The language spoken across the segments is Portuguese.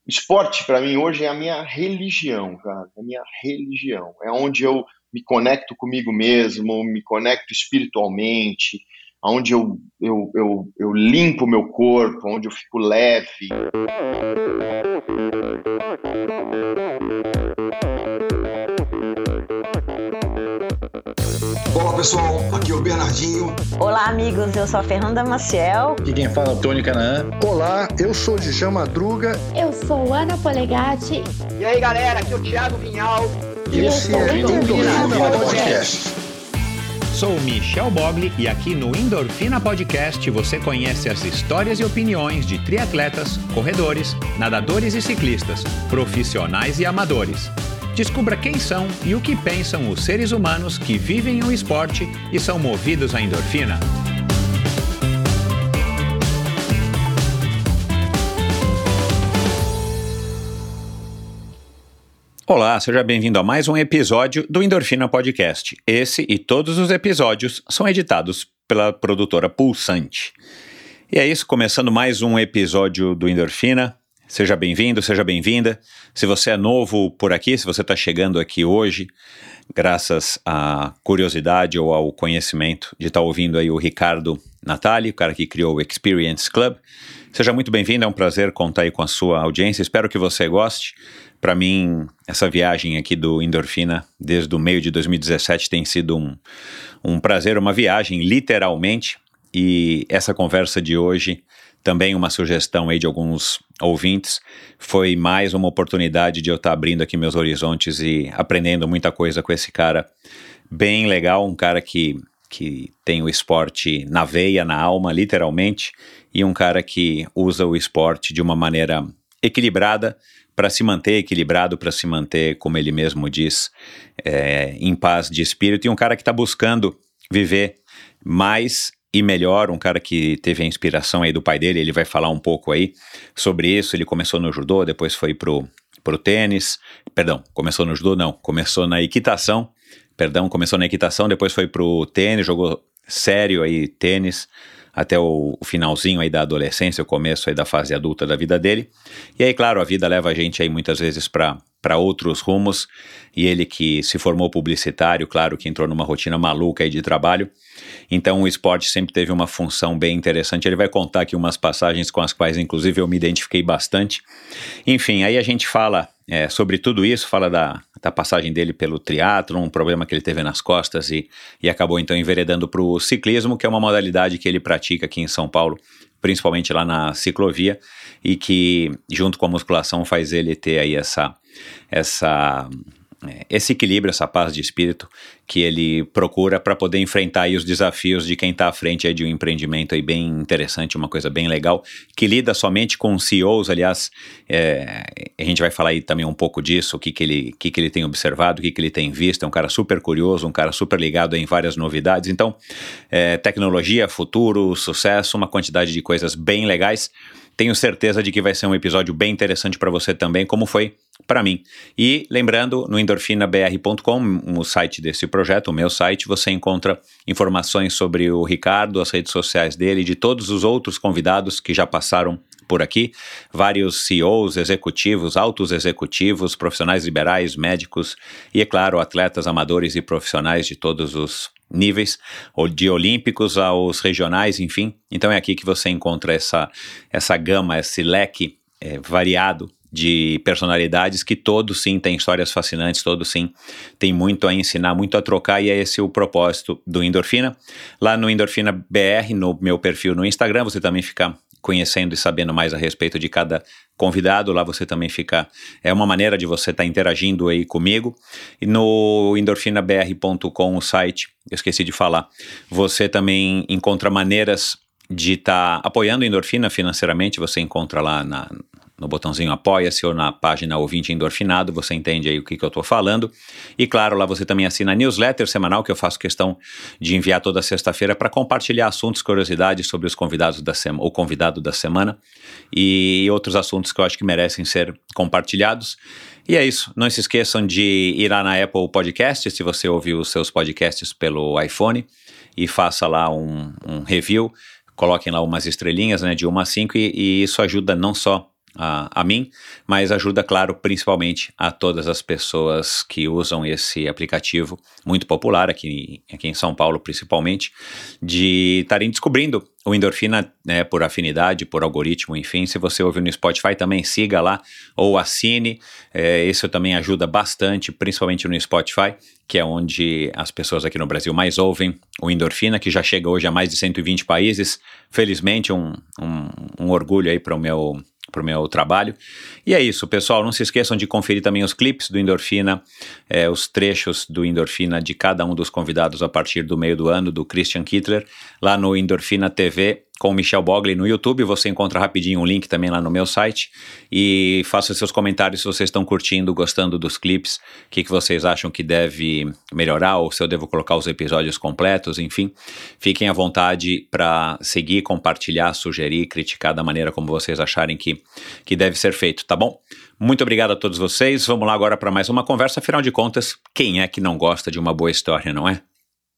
Esporte, para mim, hoje é a minha religião, cara. É a minha religião. É onde eu me conecto comigo mesmo, me conecto espiritualmente, onde eu limpo o meu corpo, onde eu fico leve. Olá pessoal, aqui é o Bernardinho. Olá amigos, eu sou a Fernanda Maciel. Aqui quem fala é o Tony Canaã. Olá, eu sou o Djalma Madruga. Eu sou Ana Polegatti. E aí galera, aqui é o Thiago Vinhal. E esse é o Endorfina Podcast. Sou Michel Bogli e aqui no Endorfina Podcast você conhece as histórias e opiniões de triatletas, corredores, nadadores e ciclistas, profissionais e amadores. Descubra quem são e o que pensam os seres humanos que vivem o esporte e são movidos à endorfina. Olá, seja bem-vindo a mais um episódio do Endorfina Podcast. Esse e todos os episódios são editados pela produtora Pulsante. E é isso, começando mais um episódio do Endorfina. Seja bem-vindo, seja bem-vinda. Se você é novo por aqui, se você está chegando aqui hoje, graças à curiosidade ou ao conhecimento de estar ouvindo aí o Ricardo Natali, o cara que criou o Experience Club, seja muito bem-vindo, é um prazer contar aí com a sua audiência, espero que você goste. Para mim, essa viagem aqui do Endorfina, desde o meio de 2017, tem sido um prazer, uma viagem, literalmente, e essa conversa de hoje, também uma sugestão aí de alguns ouvintes, foi mais uma oportunidade de eu estar abrindo aqui meus horizontes e aprendendo muita coisa com esse cara bem legal, um cara que tem o esporte na veia, na alma, literalmente, e um cara que usa o esporte de uma maneira equilibrada, para se manter equilibrado, para se manter, como ele mesmo diz, em paz de espírito, e um cara que está buscando viver mais e melhor, um cara que teve a inspiração aí do pai dele, ele vai falar um pouco aí sobre isso. Ele começou no judô, depois foi pro tênis, começou no judô não, começou na equitação, depois foi pro tênis, jogou sério aí tênis, até o finalzinho aí da adolescência, o começo aí da fase adulta da vida dele. E aí, claro, a vida leva a gente aí muitas vezes para outros rumos, e ele que se formou publicitário, claro que entrou numa rotina maluca aí de trabalho, então o esporte sempre teve uma função bem interessante. Ele vai contar aqui umas passagens com as quais inclusive eu me identifiquei bastante. Enfim, aí a gente fala sobre tudo isso, fala da passagem dele pelo triatlon, um problema que ele teve nas costas e acabou então enveredando para o ciclismo, que é uma modalidade que ele pratica aqui em São Paulo, principalmente lá na ciclovia, e que junto com a musculação faz ele ter aí esse equilíbrio, essa paz de espírito que ele procura para poder enfrentar aí os desafios de quem está à frente aí de um empreendimento aí bem interessante, uma coisa bem legal, que lida somente com CEOs. Aliás, a gente vai falar aí também um pouco disso, o que ele tem observado, o que ele tem visto. É um cara super curioso, um cara super ligado em várias novidades. Então, tecnologia, futuro, sucesso, uma quantidade de coisas bem legais. Tenho certeza de que vai ser um episódio bem interessante para você também, como foi para mim. E lembrando, no endorfinabr.com, o site desse projeto, o meu site, você encontra informações sobre o Ricardo, as redes sociais dele, de todos os outros convidados que já passaram por aqui, vários CEOs, executivos, altos executivos, profissionais liberais, médicos e, é claro, atletas amadores e profissionais de todos os níveis, de olímpicos aos regionais, enfim. Então é aqui que você encontra essa gama, esse leque variado de personalidades que todos sim têm histórias fascinantes, todos sim têm muito a ensinar, muito a trocar, e é esse o propósito do Endorfina. Lá no Endorfina BR, no meu perfil no Instagram, você também fica conhecendo e sabendo mais a respeito de cada convidado. Lá você também fica, é uma maneira de você estar interagindo aí comigo. E no endorfinabr.com, o site, eu esqueci de falar, você também encontra maneiras de estar apoiando a Endorfina financeiramente. Você encontra lá no botãozinho Apoia-se ou na página Ouvinte Endorfinado, você entende aí o que eu estou falando. E claro, lá você também assina a newsletter semanal, que eu faço questão de enviar toda sexta-feira para compartilhar assuntos, curiosidades sobre os convidados o convidado da semana e outros assuntos que eu acho que merecem ser compartilhados. E é isso, não se esqueçam de ir lá na Apple Podcast, se você ouviu os seus podcasts pelo iPhone, e faça lá um review, coloquem lá umas estrelinhas, né, de 1 a 5, e isso ajuda não só a mim, mas ajuda, claro, principalmente a todas as pessoas que usam esse aplicativo, muito popular aqui em São Paulo principalmente, de estarem descobrindo o Endorfina, né, por afinidade, por algoritmo, enfim. Se você ouve no Spotify também siga lá ou assine, isso também ajuda bastante, principalmente no Spotify, que é onde as pessoas aqui no Brasil mais ouvem o Endorfina, que já chega hoje a mais de 120 países, felizmente um orgulho aí para o meu trabalho. E é isso, pessoal, não se esqueçam de conferir também os clipes do Endorfina, os trechos do Endorfina de cada um dos convidados a partir do meio do ano, do Christian Kittler, lá no Endorfina TV, com o Michel Bogli no YouTube. Você encontra rapidinho um link também lá no meu site, e faça seus comentários se vocês estão curtindo, gostando dos clipes, o que vocês acham que deve melhorar, ou se eu devo colocar os episódios completos, enfim. Fiquem à vontade para seguir, compartilhar, sugerir, criticar da maneira como vocês acharem que deve ser feito, tá bom? Muito obrigado a todos vocês. Vamos lá agora para mais uma conversa. Afinal de contas, quem é que não gosta de uma boa história, não é?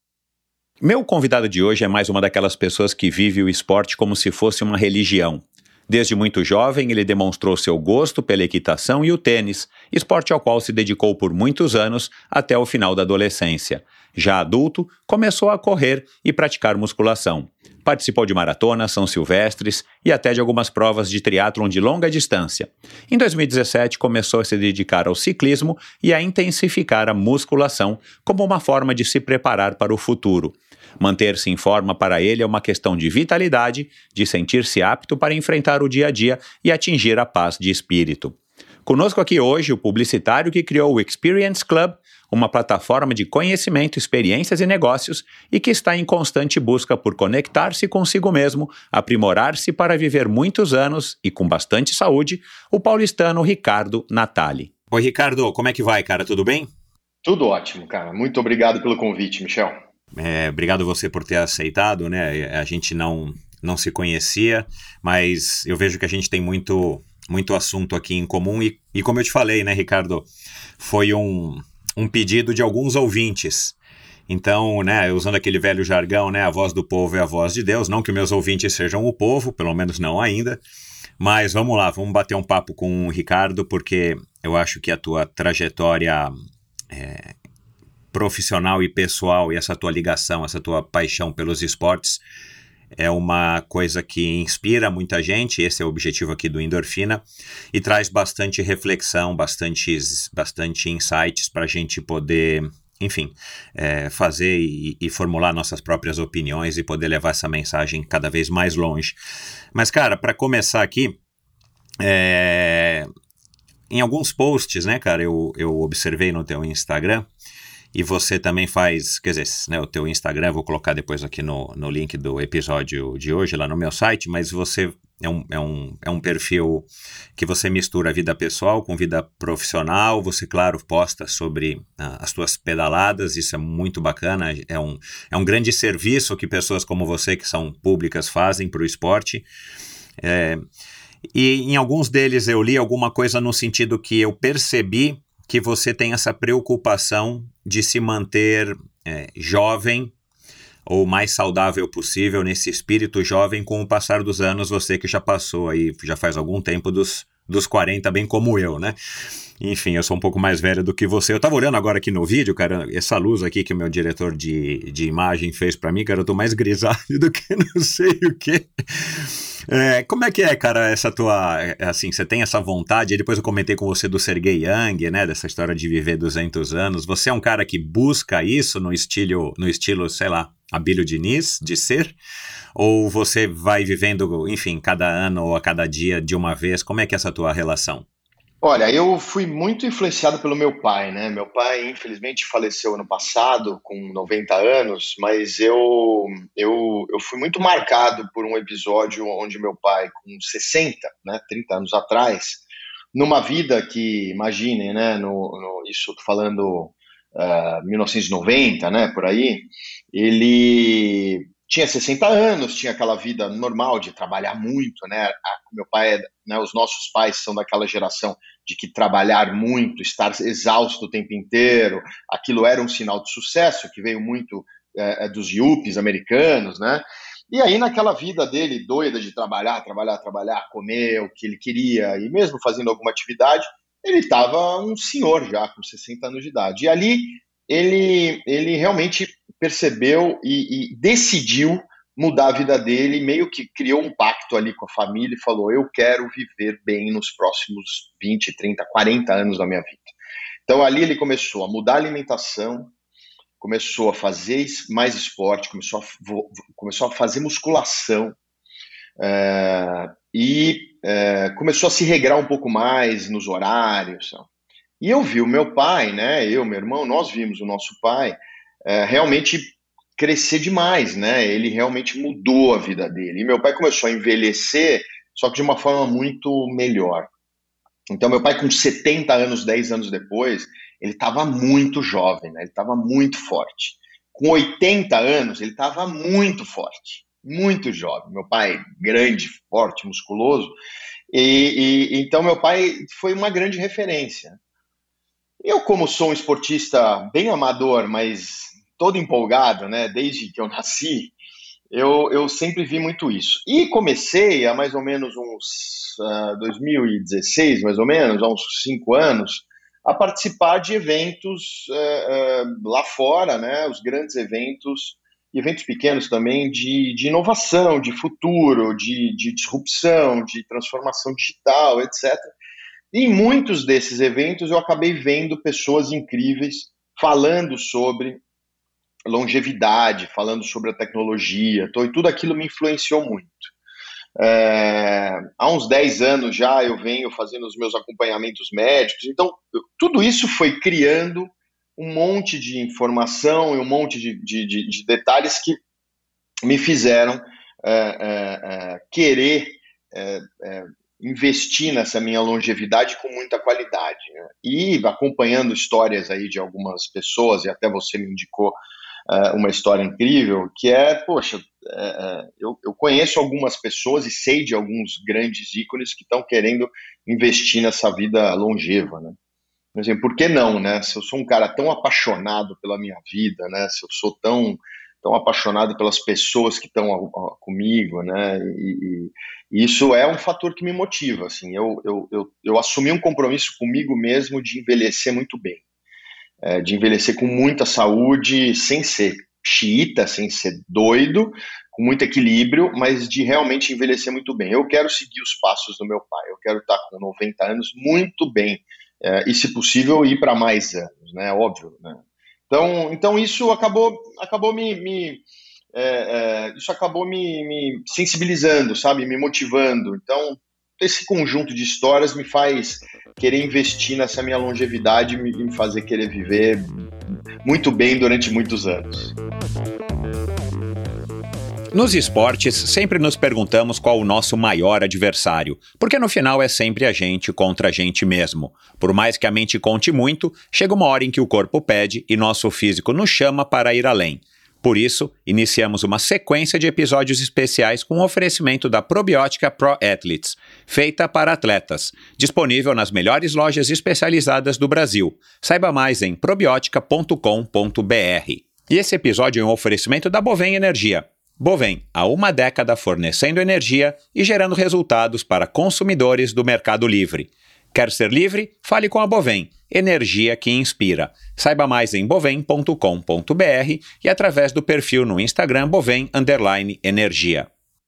Meu convidado de hoje é mais uma daquelas pessoas que vive o esporte como se fosse uma religião. Desde muito jovem, ele demonstrou seu gosto pela equitação e o tênis, esporte ao qual se dedicou por muitos anos até o final da adolescência. Já adulto, começou a correr e praticar musculação. Participou de maratonas, São Silvestres e até de algumas provas de triatlon de longa distância. Em 2017, começou a se dedicar ao ciclismo e a intensificar a musculação como uma forma de se preparar para o futuro. Manter-se em forma para ele é uma questão de vitalidade, de sentir-se apto para enfrentar o dia a dia e atingir a paz de espírito. Conosco aqui hoje o publicitário que criou o Experience Club, uma plataforma de conhecimento, experiências e negócios, e que está em constante busca por conectar-se consigo mesmo, aprimorar-se para viver muitos anos e com bastante saúde, o paulistano Ricardo Natali. Oi, Ricardo, como é que vai, cara? Tudo bem? Tudo ótimo, cara. Muito obrigado pelo convite, Michel. Obrigado você por ter aceitado, né? A gente não se conhecia, mas eu vejo que a gente tem muito assunto aqui em comum e como eu te falei, né, Ricardo, foi um pedido de alguns ouvintes. Então, né, usando aquele velho jargão, né, a voz do povo é a voz de Deus, não que meus ouvintes sejam o povo, pelo menos não ainda, mas vamos lá, vamos bater um papo com o Ricardo, porque eu acho que a tua trajetória profissional e pessoal e essa tua ligação, essa tua paixão pelos esportes é uma coisa que inspira muita gente. Esse é o objetivo aqui do Endorfina e traz bastante reflexão, bastante insights para a gente poder, enfim, fazer e formular nossas próprias opiniões e poder levar essa mensagem cada vez mais longe. Mas, cara, para começar aqui, em alguns posts, né, cara, eu observei no teu Instagram. E você também faz, quer dizer, né, o teu Instagram, eu vou colocar depois aqui no link do episódio de hoje, lá no meu site, mas você é um perfil que você mistura a vida pessoal com vida profissional, você, claro, posta sobre as tuas pedaladas, isso é muito bacana, é um grande serviço que pessoas como você, que são públicas, fazem para o esporte. E em alguns deles eu li alguma coisa no sentido que eu percebi que você tem essa preocupação de se manter jovem ou mais saudável possível, nesse espírito jovem, com o passar dos anos, você que já passou aí, já faz algum tempo dos 40, bem como eu, né? Enfim, eu sou um pouco mais velho do que você. Eu tava olhando agora aqui no vídeo, cara, essa luz aqui que o meu diretor de imagem fez pra mim, cara, eu tô mais grisalho do que não sei o quê. Como é que é, cara, essa tua, assim, você tem essa vontade, e depois eu comentei com você do Sergei Young, né, dessa história de viver 200 anos, você é um cara que busca isso no estilo, sei lá, Abílio Diniz, de ser, ou você vai vivendo, enfim, cada ano ou a cada dia de uma vez, como é que é essa tua relação? Olha, eu fui muito influenciado pelo meu pai, né? Meu pai, infelizmente, faleceu ano passado, com 90 anos, mas eu fui muito marcado por um episódio onde meu pai, com 60, né, 30 anos atrás, numa vida que, imaginem, né, isso eu tô falando 1990, né, por aí, ele tinha 60 anos, tinha aquela vida normal de trabalhar muito, né? Meu pai, né, os nossos pais são daquela geração de que trabalhar muito, estar exausto o tempo inteiro, aquilo era um sinal de sucesso, que veio muito dos yuppies americanos, né? E aí, naquela vida dele, doida de trabalhar, comer o que ele queria, e mesmo fazendo alguma atividade, ele estava um senhor já, com 60 anos de idade. E ali, ele realmente percebeu e decidiu mudar a vida dele, meio que criou um pacto ali com a família e falou, eu quero viver bem nos próximos 20, 30, 40 anos da minha vida. Então ali ele começou a mudar a alimentação, começou a fazer mais esporte, começou a fazer musculação e começou a se regrar um pouco mais nos horários. E eu vi o meu pai, né, meu irmão, nós vimos o nosso pai realmente crescer demais, né? Ele realmente mudou a vida dele. E meu pai começou a envelhecer, só que de uma forma muito melhor. Então, meu pai, com 70 anos, 10 anos depois, ele estava muito jovem, né? Ele estava muito forte. Com 80 anos, ele estava muito forte, muito jovem. Meu pai, grande, forte, musculoso. Então, meu pai foi uma grande referência. Eu, como sou um esportista bem amador, mas todo empolgado, né? Desde que eu nasci, eu sempre vi muito isso. E comecei há mais ou menos uns 2016, mais ou menos, há uns 5 anos, a participar de eventos lá fora, né? Os grandes eventos, e eventos pequenos também, de inovação, de futuro, de disrupção, de transformação digital, etc. E em muitos desses eventos eu acabei vendo pessoas incríveis falando sobre longevidade, falando sobre a tecnologia, e tudo aquilo me influenciou muito. Há uns 10 anos já eu venho fazendo os meus acompanhamentos médicos, então tudo isso foi criando um monte de informação e um monte de detalhes que me fizeram querer investir nessa minha longevidade com muita qualidade, né? E acompanhando histórias aí de algumas pessoas, e até você me indicou uma história incrível, que eu conheço algumas pessoas e sei de alguns grandes ícones que estão querendo investir nessa vida longeva, né? Por exemplo, por que não, né? Se eu sou um cara tão apaixonado pela minha vida, né? Se eu sou tão apaixonado pelas pessoas que estão comigo, né? E isso é um fator que me motiva, assim. Eu assumi um compromisso comigo mesmo de envelhecer muito bem. De envelhecer com muita saúde, sem ser xiita, sem ser doido, com muito equilíbrio, mas de realmente envelhecer muito bem. Eu quero seguir os passos do meu pai, eu quero estar com 90 anos muito bem, e se possível ir para mais anos, né? Óbvio, né? Então isso acabou me sensibilizando, sabe? Me motivando. Então esse conjunto de histórias me faz querer investir nessa minha longevidade e me fazer querer viver muito bem durante muitos anos. Nos esportes, sempre nos perguntamos qual o nosso maior adversário, porque no final é sempre a gente contra a gente mesmo. Por mais que a mente conte muito, chega uma hora em que o corpo pede e nosso físico nos chama para ir além. Por isso, iniciamos uma sequência de episódios especiais com o oferecimento da probiótica Pro Athletes, feita para atletas, disponível nas melhores lojas especializadas do Brasil. Saiba mais em probiotica.com.br. E esse episódio é um oferecimento da Bovem Energia. Bovem, há uma década fornecendo energia e gerando resultados para consumidores do mercado livre. Quer ser livre? Fale com a Bovem, energia que inspira. Saiba mais em bovem.com.br e através do perfil no Instagram Bovem_energia.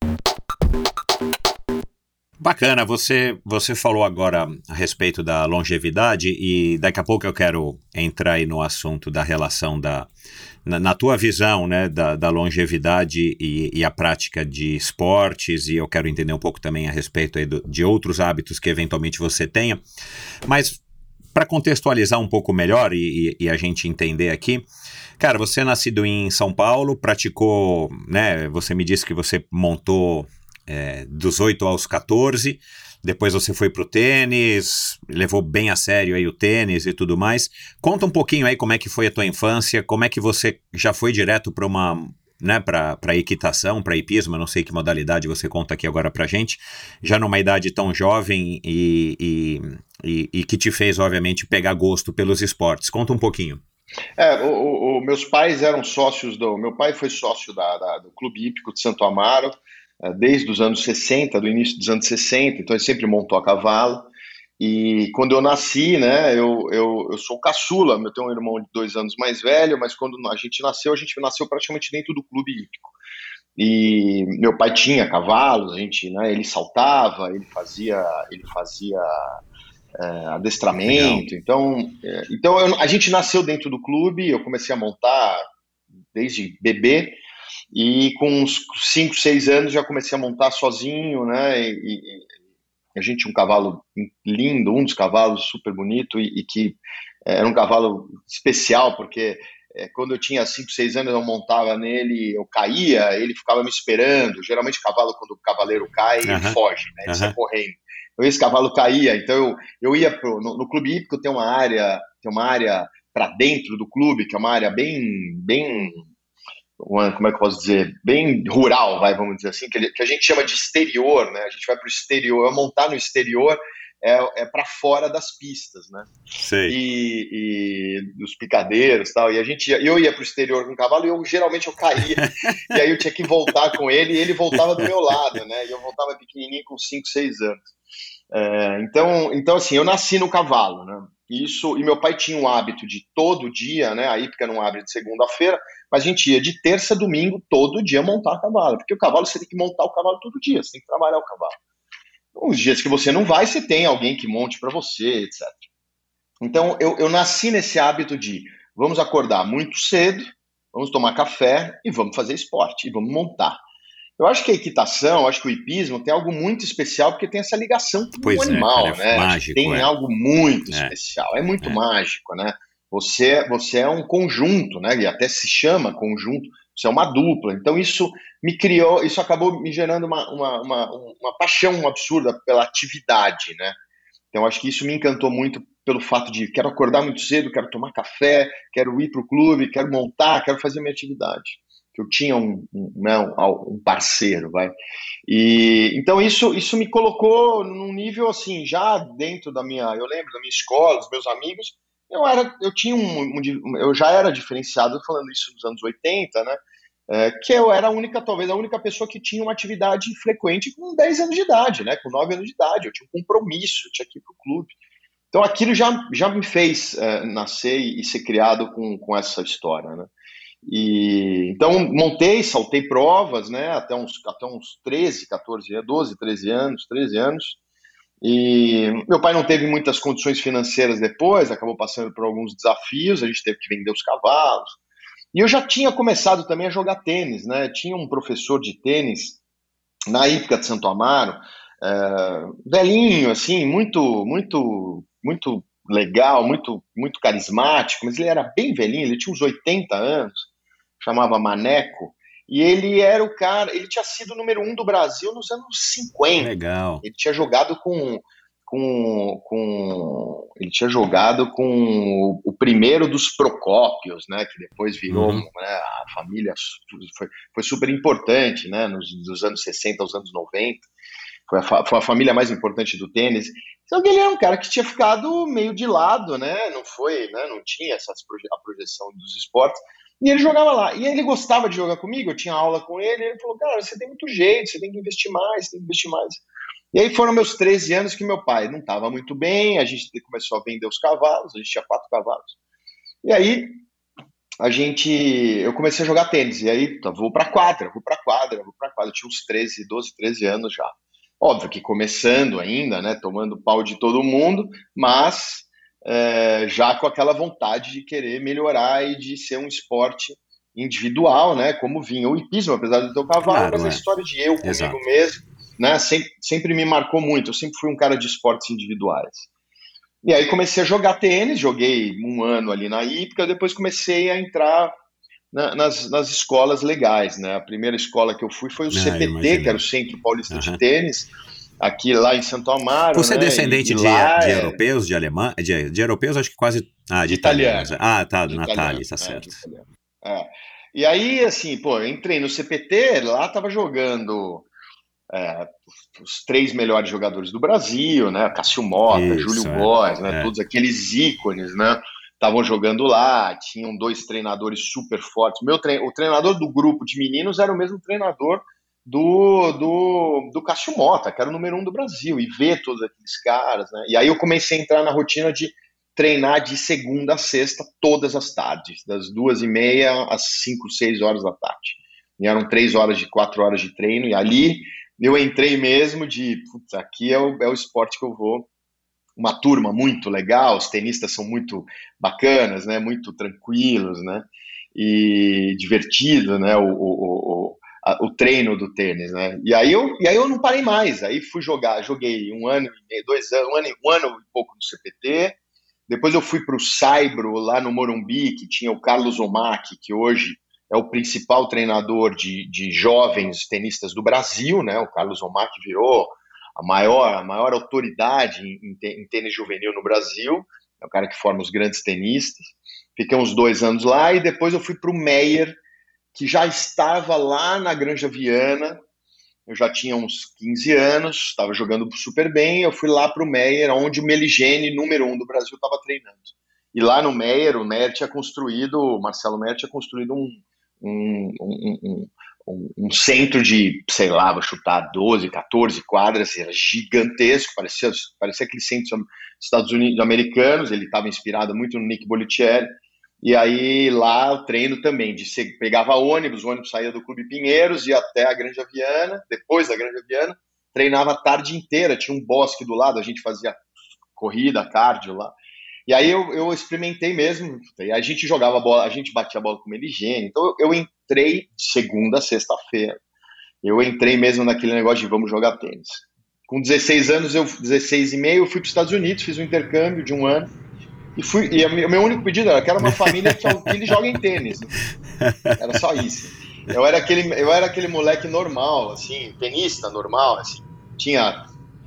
Bacana, você falou agora a respeito da longevidade e daqui a pouco eu quero entrar aí no assunto da relação na tua visão, né, da longevidade e a prática de esportes, e eu quero entender um pouco também a respeito aí de outros hábitos que eventualmente você tenha, mas para contextualizar um pouco melhor e a gente entender aqui, cara, você é nascido em São Paulo, praticou, né, você me disse que você montou dos 8 aos 14, depois você foi pro tênis, levou bem a sério aí o tênis e tudo mais. Conta um pouquinho aí como é que foi a tua infância, como é que você já foi direto para uma, né, para equitação, para hipismo, eu não sei que modalidade você conta aqui agora pra gente, já numa idade tão jovem e que te fez, obviamente, pegar gosto pelos esportes. Conta um pouquinho. Meus pais eram sócios meu pai foi sócio do Clube Hípico de Santo Amaro, desde os anos 60, do início dos anos 60, então ele sempre montou a cavalo. E quando eu nasci, né, eu sou caçula, eu tenho um irmão de 2 anos mais velho, mas quando a gente nasceu praticamente dentro do Clube Hípico. E meu pai tinha cavalos, né, ele saltava, ele fazia adestramento. Então a gente nasceu dentro do clube, eu comecei a montar desde bebê, e com uns 5, 6 anos já comecei a montar sozinho, né? E a gente tinha um cavalo lindo, um dos cavalos super bonito, e que era um cavalo especial, porque quando eu tinha 5, 6 anos eu montava nele, eu caía, ele ficava me esperando. Geralmente cavalo, quando o cavaleiro cai, ele foge, né? Ele sai correndo. Então esse cavalo caía, então eu ia no Clube Hípico, tem uma área para dentro do clube, que é uma área bem, como é que eu posso dizer, bem rural, vamos dizer assim, que a gente chama de exterior, né? A gente vai para o exterior, montar no exterior é para fora das pistas, né? Sei. E dos picadeiros e tal, e eu ia para o exterior com o cavalo, e geralmente eu caía, e aí eu tinha que voltar com ele, e ele voltava do meu lado, né? E eu voltava pequenininho com 5, 6 anos. Então assim, eu nasci no cavalo, né? E meu pai tinha o hábito de todo dia, né? A hípica não abre de segunda-feira, mas a gente ia de terça a domingo todo dia montar cavalo, porque o cavalo você tem que montar o cavalo todo dia, você tem que trabalhar o cavalo. Os dias que você não vai, você tem alguém que monte para você, etc. Então eu nasci nesse hábito de vamos acordar muito cedo, vamos tomar café e vamos fazer esporte, e vamos montar. Eu acho que a equitação, acho que o hipismo tem algo muito especial, porque tem essa ligação com o animal, cara, né? Mágico, tem algo muito especial, é muito mágico, né? Você é um conjunto, né? E até se chama conjunto, você é uma dupla. Então isso acabou me gerando uma paixão absurda pela atividade, né? Então acho que isso me encantou muito pelo fato de quero acordar muito cedo, quero tomar café, quero ir para o clube, quero montar, quero fazer minha atividade. Que eu tinha um parceiro, E então isso me colocou num nível assim, já dentro eu lembro da minha escola, dos meus amigos, eu já era diferenciado, falando isso nos anos 80, né? Que eu era talvez a única pessoa que tinha uma atividade frequente com 10 anos de idade, né? Com 9 anos de idade, eu tinha um compromisso, eu tinha que ir para o clube. Então aquilo já me fez nascer e ser criado com essa história, né? Então saltei provas, né, até uns 13 anos, e meu pai não teve muitas condições financeiras depois, acabou passando por alguns desafios, a gente teve que vender os cavalos, e eu já tinha começado também a jogar tênis, né, tinha um professor de tênis na hípica de Santo Amaro, velhinho, assim, muito, muito, muito legal, muito, muito carismático, mas ele era bem velhinho, ele tinha uns 80 anos, chamava Maneco, e ele era o cara, ele tinha sido o número 1 do Brasil nos anos 50. Legal. Ele tinha jogado ele tinha jogado com o primeiro dos Procópios, né, que depois virou, né, a família foi super importante, né, nos anos 60 aos anos 90. Foi a família mais importante do tênis. Então ele era um cara que tinha ficado meio de lado, né? Não tinha a projeção dos esportes. E ele jogava lá. E ele gostava de jogar comigo, eu tinha aula com ele, e ele falou, cara, você tem muito jeito, você tem que investir mais, E aí foram meus 13 anos que meu pai não estava muito bem, a gente começou a vender os cavalos, a gente tinha 4 cavalos. E aí eu comecei a jogar tênis, e aí vou pra quadra. Eu tinha uns 12, 13 anos já. Óbvio que começando ainda, né, tomando pau de todo mundo, mas já com aquela vontade de querer melhorar e de ser um esporte individual, né, como vinha o hipismo, apesar de ter o cavalo, claro, mas a história de eu comigo mesmo, né, sempre me marcou muito. Eu sempre fui um cara de esportes individuais. E aí comecei a jogar tênis, joguei 1 ano ali na hípica, depois comecei a entrar nas escolas legais, né? A primeira escola que eu fui foi o CPT, que era o Centro Paulista de Tênis, aqui lá em Santo Amaro. Você é descendente de europeus, de alemães, de europeus, acho que quase... de italianos. Tá, do Natália, tá certo. E aí, assim, eu entrei no CPT, lá tava jogando os 3 melhores jogadores do Brasil, né? Cássio Mota, Júlio Góes, né? Todos aqueles ícones, né? estavam jogando lá, tinham 2 treinadores super fortes. O treinador do grupo de meninos era o mesmo treinador do Cássio Mota, que era o número 1 do Brasil, e ver todos aqueles caras, né? E aí eu comecei a entrar na rotina de treinar de segunda a sexta, todas as tardes, das 2h30 às 5, 6 horas da tarde. E eram 4 horas de treino, e ali eu entrei mesmo putz, aqui é o esporte que eu vou. Uma turma muito legal, os tenistas são muito bacanas, né? Muito tranquilos, né? E divertido, né? O treino do tênis, né? E aí eu não parei mais. Aí fui joguei 1 ano e meio, 2 anos, 1 ano e pouco no CPT. Depois eu fui para o Saibro, lá no Morumbi, que tinha o Carlos Omach, que hoje é o principal treinador de jovens tenistas do Brasil, né? O Carlos Omach virou a maior autoridade em tênis juvenil no Brasil. É o cara que forma os grandes tenistas. Fiquei uns 2 anos lá e depois eu fui para o Meyer, que já estava lá na Granja Viana. Eu já tinha uns 15 anos, estava jogando super bem. Eu fui lá para o Meyer, onde o Meligeni, número 1 do Brasil, estava treinando. E lá no Meyer, o Marcelo Meyer tinha construído um centro de, sei lá, vou chutar 12, 14 quadras, era gigantesco, parecia aqueles centros dos Estados Unidos americanos. Ele estava inspirado muito no Nick Bollettieri. E aí lá o treino também, pegava ônibus, o ônibus saía do Clube Pinheiros, ia até a Granja Viana, depois da Granja Viana, treinava a tarde inteira, tinha um bosque do lado, a gente fazia corrida, cardio lá. E aí eu experimentei mesmo, e a gente jogava bola, a gente batia a bola com o Meligeni. Então eu entrei de segunda a sexta-feira, eu entrei mesmo naquele negócio de vamos jogar tênis. Com 16 anos, 16 e meio, eu fui para os Estados Unidos, fiz um intercâmbio de 1 ano, e o meu único pedido era que era uma família que eles joguem tênis, né? Era só isso. Eu era aquele moleque normal, assim, tenista normal, assim, tinha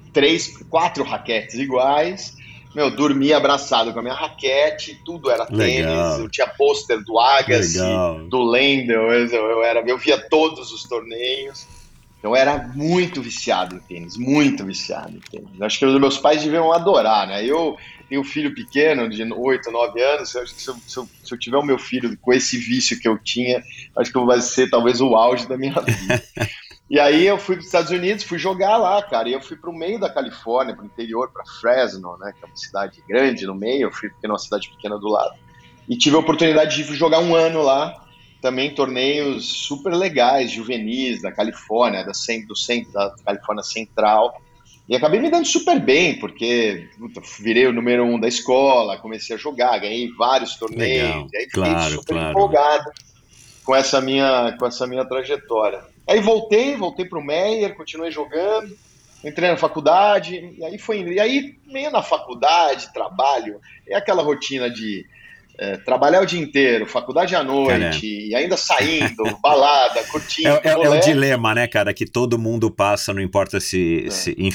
3, 4 raquetes iguais. Dormia abraçado com a minha raquete, tudo era tênis. Legal. Eu tinha pôster do Agassi, legal, do Lendl, eu via todos os torneios. Então eu era muito viciado em tênis, muito viciado em tênis. Acho que os meus pais deviam adorar, né? Eu tenho um filho pequeno, de 8, 9 anos, eu acho que se eu tiver o meu filho com esse vício que eu tinha, acho que vai ser talvez o auge da minha vida. E aí eu fui para os Estados Unidos, fui jogar lá, cara, e eu fui para o meio da Califórnia, para o interior, para Fresno, né, que é uma cidade grande no meio. Eu fui porque é uma cidade pequena do lado. E tive a oportunidade de jogar 1 ano lá, também torneios super legais, juvenis, da Califórnia, do centro da Califórnia Central. E acabei me dando super bem, porque virei o número 1 da escola, comecei a jogar, ganhei vários torneios. Legal, e aí fiquei super empolgado com essa minha trajetória. Aí voltei para o Meyer, continuei jogando, entrei na faculdade, e aí meio na faculdade, trabalho, é aquela rotina de trabalhar o dia inteiro, faculdade à noite, e ainda saindo, balada, curtindo. É o dilema, né, cara, que todo mundo passa, não importa se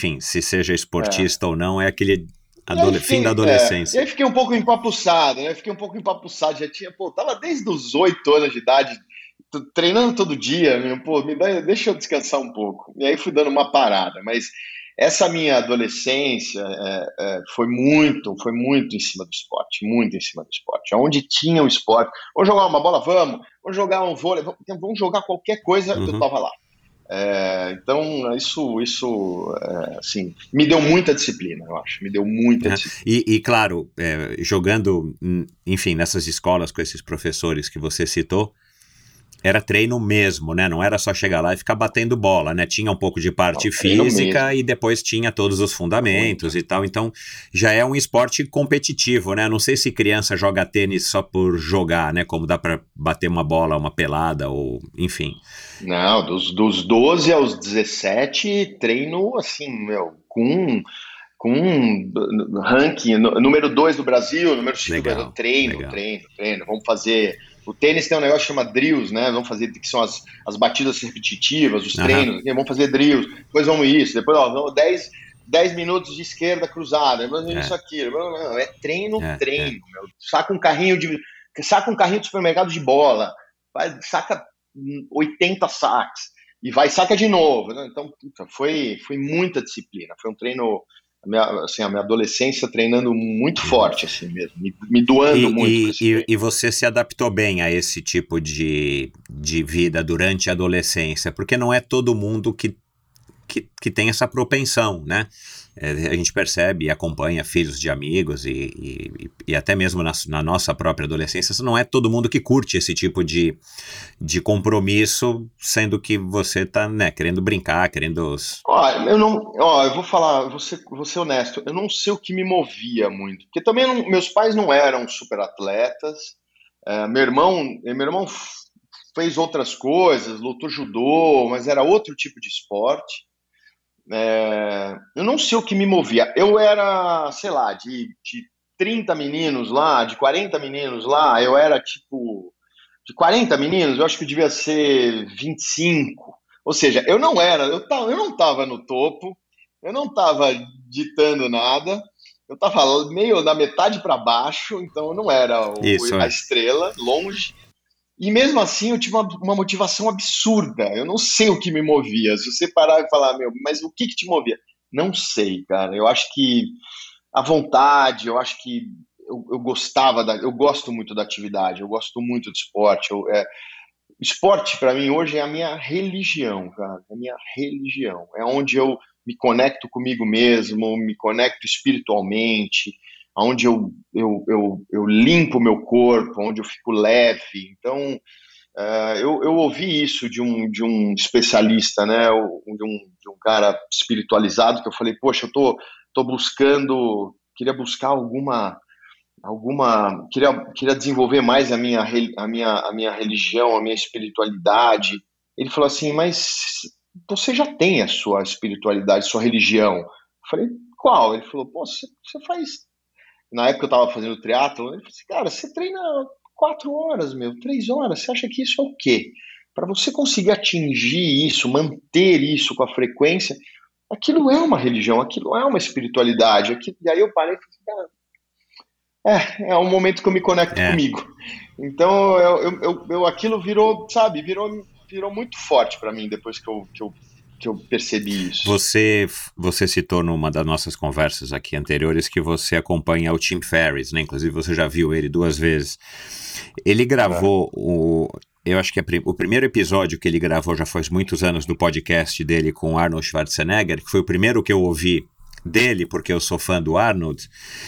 seja esportista ou não, é aquele fim da adolescência. E aí fiquei um pouco empapuçado, né? Já tinha, tava desde os 8 anos de idade, treinando todo dia, deixa eu descansar um pouco. E aí fui dando uma parada, mas essa minha adolescência foi muito em cima do esporte, muito em cima do esporte. Onde tinha o esporte, vamos jogar uma bola, vamos jogar um vôlei, vamos jogar qualquer coisa, eu tava lá. Então isso assim, me deu muita disciplina, eu acho, disciplina. E claro, jogando, enfim, nessas escolas com esses professores que você citou, era treino mesmo, né? Não era só chegar lá e ficar batendo bola, né? Tinha um pouco de parte física e depois tinha todos os fundamentos e tal. Então, já é um esporte competitivo, né? Não sei se criança joga tênis só por jogar, né? Como dá para bater uma bola, uma pelada ou... enfim. Não, dos 12 aos 17, treino assim, com ranking, número 2 do Brasil, número 5 do Brasil, treino. Vamos fazer... O tênis tem um negócio que chama drills, né? Vamos fazer, que são as batidas repetitivas, os treinos. Vamos fazer drills, depois vamos isso, depois vamos 10 minutos de esquerda cruzada, isso, aquilo. Não, é treino. Meu. Saca um carrinho de supermercado de bola, saca 80 saques e saca de novo, né? Então, foi muita disciplina. Foi um treino a minha adolescência treinando muito forte, assim mesmo, me doando muito. E você se adaptou bem a esse tipo de vida durante a adolescência, porque não é todo mundo que tem essa propensão, né? A gente percebe e acompanha filhos de amigos e até mesmo na nossa própria adolescência, não é todo mundo que curte esse tipo de compromisso, sendo que você tá, né, querendo brincar, querendo... Eu vou falar, vou ser honesto, eu não sei o que me movia muito, porque também meus pais não eram super atletas, meu irmão fez outras coisas, lutou judô, mas era outro tipo de esporte. Eu não sei o que me movia. Eu era, sei lá, de 30 meninos lá, de 40 meninos lá, eu era tipo... De 40 meninos, eu acho que eu devia ser 25. Ou seja, eu não estava no topo, eu não estava ditando nada, eu estava meio da metade para baixo, então eu não era a estrela, longe. E mesmo assim eu tive uma motivação absurda. Eu não sei o que me movia. Se você parar e falar, mas o que te movia? Não sei, cara. Eu acho que a vontade, eu acho que eu gosto muito da atividade, eu gosto muito de esporte. Esporte, para mim, hoje é a minha religião, cara. É a minha religião. É onde eu me conecto comigo mesmo, me conecto espiritualmente, onde eu limpo o meu corpo, onde eu fico leve. Então, eu ouvi isso de um especialista, né, de um cara espiritualizado, que eu falei, poxa, eu tô buscando, queria buscar queria desenvolver mais a minha religião, a minha espiritualidade. Ele falou assim, mas você já tem a sua espiritualidade, sua religião. Eu falei, qual? Ele falou, pô, você faz... Na época eu estava fazendo triatlon, ele falou assim, cara, você treina 4 horas, 3 horas, você acha que isso é o quê? Para você conseguir atingir isso, manter isso com a frequência, aquilo é uma religião, aquilo é uma espiritualidade. E aí eu parei e falei, cara, é um momento que eu me conecto comigo. Então aquilo virou muito forte para mim depois que eu percebi isso. Você citou numa das nossas conversas aqui anteriores que você acompanha o Tim Ferriss, né? Inclusive você já viu ele 2 vezes. Ele gravou eu acho que o primeiro episódio que ele gravou já faz muitos anos do podcast dele com Arnold Schwarzenegger, que foi o primeiro que eu ouvi dele, porque eu sou fã do Arnold.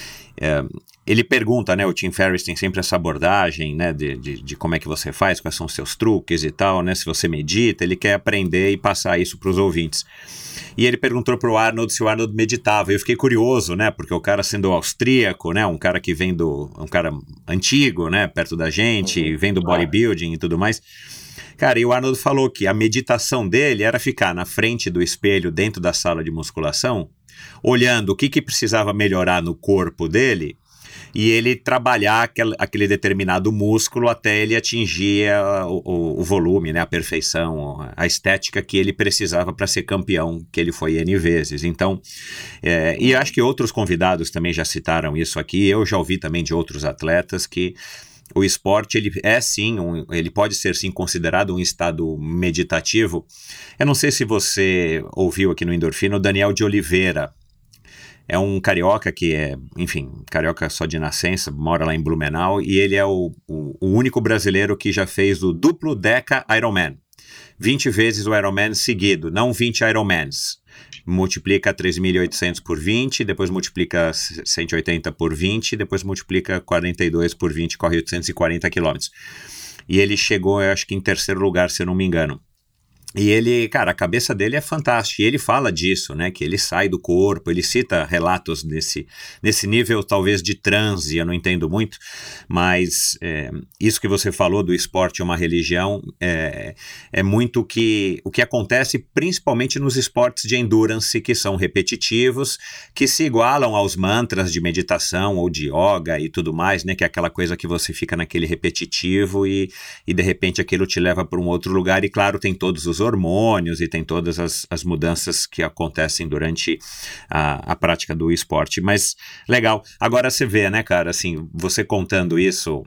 Ele pergunta, né, o Tim Ferriss tem sempre essa abordagem, né, de como é que você faz, quais são os seus truques e tal, né, se você medita, ele quer aprender e passar isso para os ouvintes. E ele perguntou pro Arnold se o Arnold meditava, e eu fiquei curioso, né, porque o cara sendo austríaco, né, um cara que vem um cara antigo, né, perto da gente, vem do bodybuilding e tudo mais. Cara, e o Arnold falou que a meditação dele era ficar na frente do espelho dentro da sala de musculação, olhando o que precisava melhorar no corpo dele e ele trabalhar aquele determinado músculo até ele atingir o volume, né, a perfeição, a estética que ele precisava para ser campeão, que ele foi N vezes. Então, e acho que outros convidados também já citaram isso aqui, eu já ouvi também de outros atletas que o esporte, ele pode ser sim considerado um estado meditativo. Eu não sei se você ouviu aqui no Endorfina o Daniel de Oliveira. É um carioca que carioca só de nascença, mora lá em Blumenau, e ele é o único brasileiro que já fez o duplo Deca Ironman. 20 vezes o Ironman seguido, não 20 Ironmans. Multiplica 3.800 por 20, depois multiplica 180 por 20, depois multiplica 42 por 20, corre 840 quilômetros. E ele chegou, eu acho que em 3º lugar, se eu não me engano. E ele, cara, a cabeça dele é fantástica, e ele fala disso, né, que ele sai do corpo, ele cita relatos nesse nível talvez de transe, eu não entendo muito, mas isso que você falou do esporte é uma religião, é muito o que acontece principalmente nos esportes de endurance, que são repetitivos, que se igualam aos mantras de meditação ou de yoga e tudo mais, né, que é aquela coisa que você fica naquele repetitivo e de repente aquilo te leva para um outro lugar, e claro, tem todos os hormônios e tem todas as mudanças que acontecem durante a prática do esporte, mas legal. Agora você vê, né, cara, assim, você contando isso,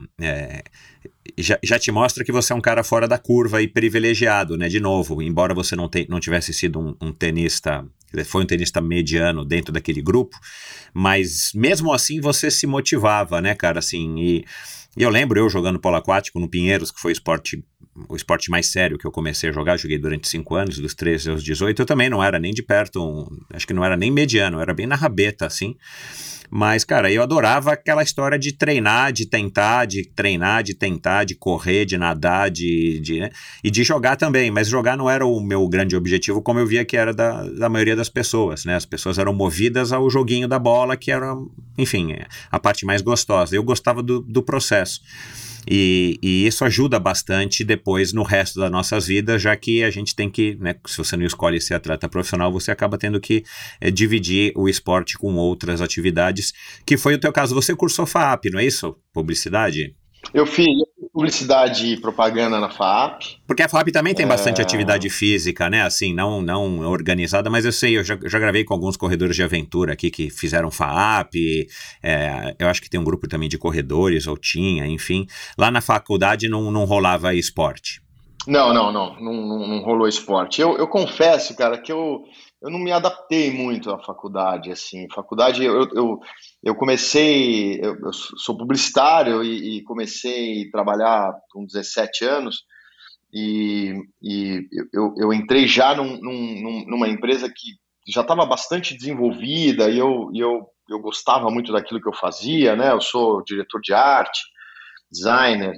já te mostra que você é um cara fora da curva e privilegiado, né, de novo, embora você não tivesse sido um tenista foi um tenista mediano dentro daquele grupo, mas mesmo assim você se motivava, né, cara, assim, e eu lembro eu jogando polo aquático no Pinheiros, que foi o esporte mais sério que eu comecei a jogar, joguei durante 5 anos, dos 13 aos 18, eu também não era nem de perto, acho que não era nem mediano, eu era bem na rabeta, assim, mas, cara, eu adorava aquela história de treinar, de tentar, de treinar, de tentar, de correr, de nadar, né? E de jogar também, mas jogar não era o meu grande objetivo, como eu via que era da maioria das pessoas, né? As pessoas eram movidas ao joguinho da bola, que era, enfim, a parte mais gostosa. Eu gostava do processo. E isso ajuda bastante depois no resto das nossas vidas, já que a gente tem que, né, se você não escolhe ser atleta profissional, você acaba tendo que dividir o esporte com outras atividades, que foi o teu caso. Você cursou FAAP, não é isso? Publicidade? Eu fiz publicidade e propaganda na FAAP. Porque a FAAP também tem bastante atividade física, né? Assim, não organizada, mas eu sei, eu já gravei com alguns corredores de aventura aqui que fizeram FAAP, eu acho que tem um grupo também de corredores, ou tinha, enfim. Lá na faculdade não rolava esporte. Não rolou esporte. Eu confesso, cara, que eu não me adaptei muito à faculdade, assim. Faculdade, eu comecei, eu sou publicitário e comecei a trabalhar com 17 anos e eu entrei já numa empresa que já estava bastante desenvolvida e eu gostava muito daquilo que eu fazia, né? Eu sou diretor de arte, designer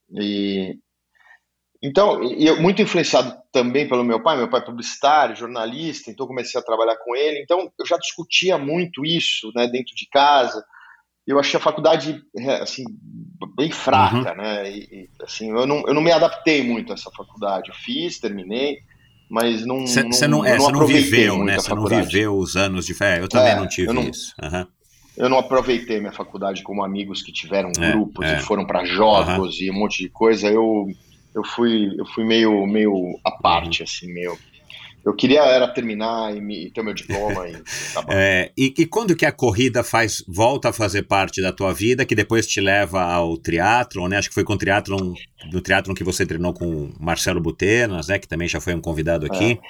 Então, eu muito influenciado também pelo meu pai é publicitário, jornalista, então comecei a trabalhar com ele, então eu já discutia muito isso, né, dentro de casa. Eu achei a faculdade, assim, bem fraca, né, assim, eu não me adaptei muito a essa faculdade. Eu fiz, terminei, mas não aproveitei viveu, muito, né? a Você faculdade. Não viveu os anos de fé, eu também não tive isso. Eu não aproveitei minha faculdade como amigos que tiveram grupos e foram para jogos e um monte de coisa. Eu fui meio à parte, assim, eu queria era terminar e ter meu diploma e acabar. E quando que a corrida volta a fazer parte da tua vida, que depois te leva ao triatlon, né? Acho que foi com no triatlon que você treinou com o Marcelo Butenas, né? Que também já foi um convidado aqui.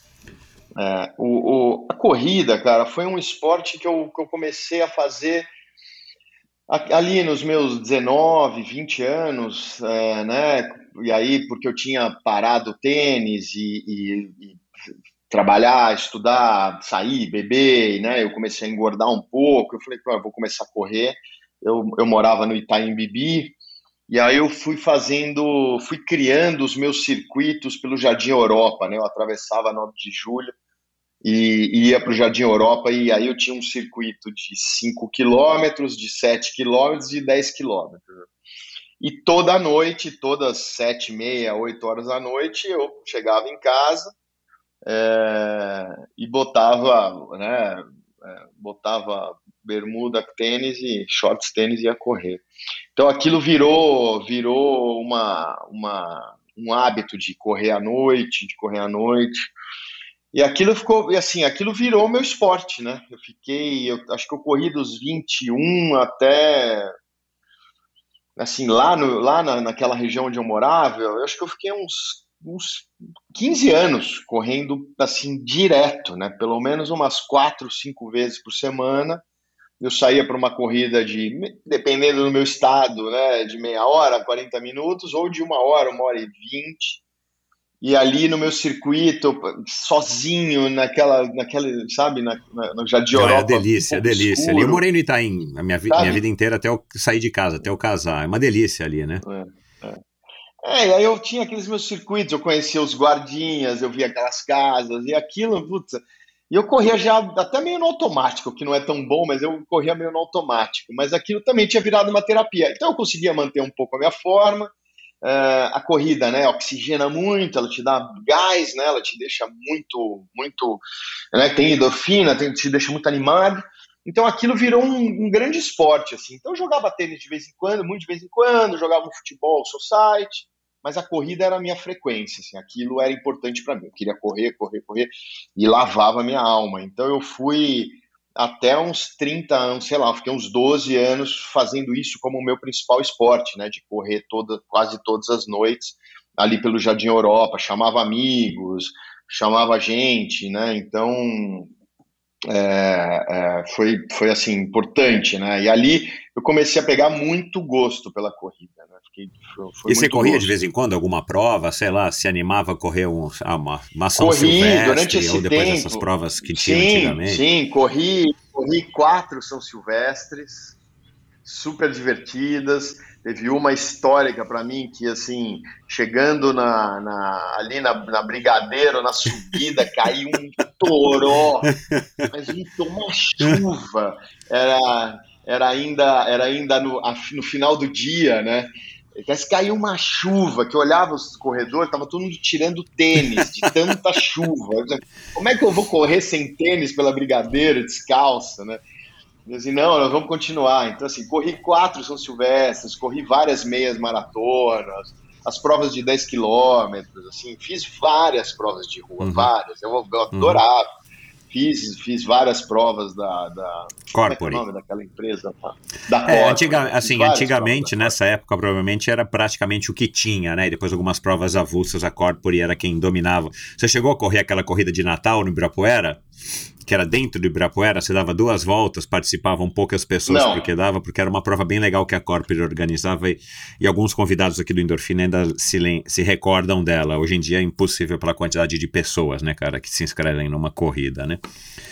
A corrida, cara, foi um esporte que eu comecei a fazer ali nos meus 19, 20 anos, né? E aí, porque eu tinha parado o tênis e trabalhar, estudar, sair, beber, né? Eu comecei a engordar um pouco. Eu falei, eu vou começar a correr. Eu morava no Itaim Bibi, e aí eu fui criando os meus circuitos pelo Jardim Europa, né? Eu atravessava a 9 de Julho e ia para o Jardim Europa, e aí eu tinha um circuito de 5 quilômetros, de 7 quilômetros e 10 quilômetros. E toda noite, todas 7h30, 8 horas da noite, eu chegava em casa e botava bermuda, tênis e shorts, tênis e ia correr. Então aquilo virou um hábito de correr à noite, E aquilo virou meu esporte, né? Eu acho que eu corri dos 21 até, assim, naquela região onde eu morava, eu acho que eu fiquei uns 15 anos correndo, assim, direto, né? Pelo menos umas 4, 5 vezes por semana. Eu saía para uma corrida dependendo do meu estado, né? De meia hora, 40 minutos, ou de 1 hora, 1h20. E ali no meu circuito, sozinho, naquela sabe, no Jardim Europa. É delícia. Ali eu morei no Itaim a minha vida inteira, até eu sair de casa, até eu casar. É uma delícia ali, né? E aí eu tinha aqueles meus circuitos, eu conhecia os guardinhas, eu via aquelas casas, e aquilo, putz, e eu corria já até meio no automático, que não é tão bom, mas eu corria meio no automático. Mas aquilo também tinha virado uma terapia. Então eu conseguia manter um pouco a minha forma. A corrida, né, oxigena muito, ela te dá gás, né, ela te deixa muito, né, tem endorfina, te deixa muito animado. Então aquilo virou um grande esporte, assim. Então eu jogava tênis de vez em quando, muito de vez em quando, jogava um futebol society, mas a corrida era a minha frequência, assim, aquilo era importante para mim. Eu queria correr e lavava a minha alma. Então eu fui até uns 30 anos, sei lá, fiquei uns 12 anos fazendo isso como o meu principal esporte, né, de correr quase todas as noites ali pelo Jardim Europa, chamava amigos, chamava a gente, né? Então foi assim, importante, né? E ali eu comecei a pegar muito gosto pela corrida, né? E você corria gosto. de vez em quando alguma prova, sei lá, se animava a correr uma São Corri Silvestre, durante esse ou depois tempo, dessas provas que tinham antigamente? Sim, corri 4 São Silvestres, super divertidas. Teve uma histórica para mim que, assim, chegando ali na Brigadeiro, na subida, caiu um toró, mas uma chuva. Era ainda no final do dia, né? Mas caiu uma chuva, que eu olhava os corredores, estava todo mundo tirando tênis de tanta chuva. Como é que eu vou correr sem tênis pela Brigadeiro, descalço, né? Eu disse, não, nós vamos continuar. Então, assim, corri 4 São Silvestres, corri várias meias maratonas, as provas de 10 quilômetros, assim, fiz várias provas de rua, várias. Eu adorava. Fiz várias provas da Corpore. Como é o nome daquela empresa? Da Corpore. Antigamente, nessa época, provavelmente era praticamente o que tinha, né? E depois algumas provas avulsas, a Corpore era quem dominava. Você chegou a correr aquela corrida de Natal no Ibirapuera? Que era dentro do Ibirapuera, você dava 2 voltas, participavam poucas pessoas porque era uma prova bem legal que a Corpore organizava e alguns convidados aqui do Endorfina ainda se recordam dela. Hoje em dia é impossível pela quantidade de pessoas, né, cara, que se inscrevem numa corrida, né?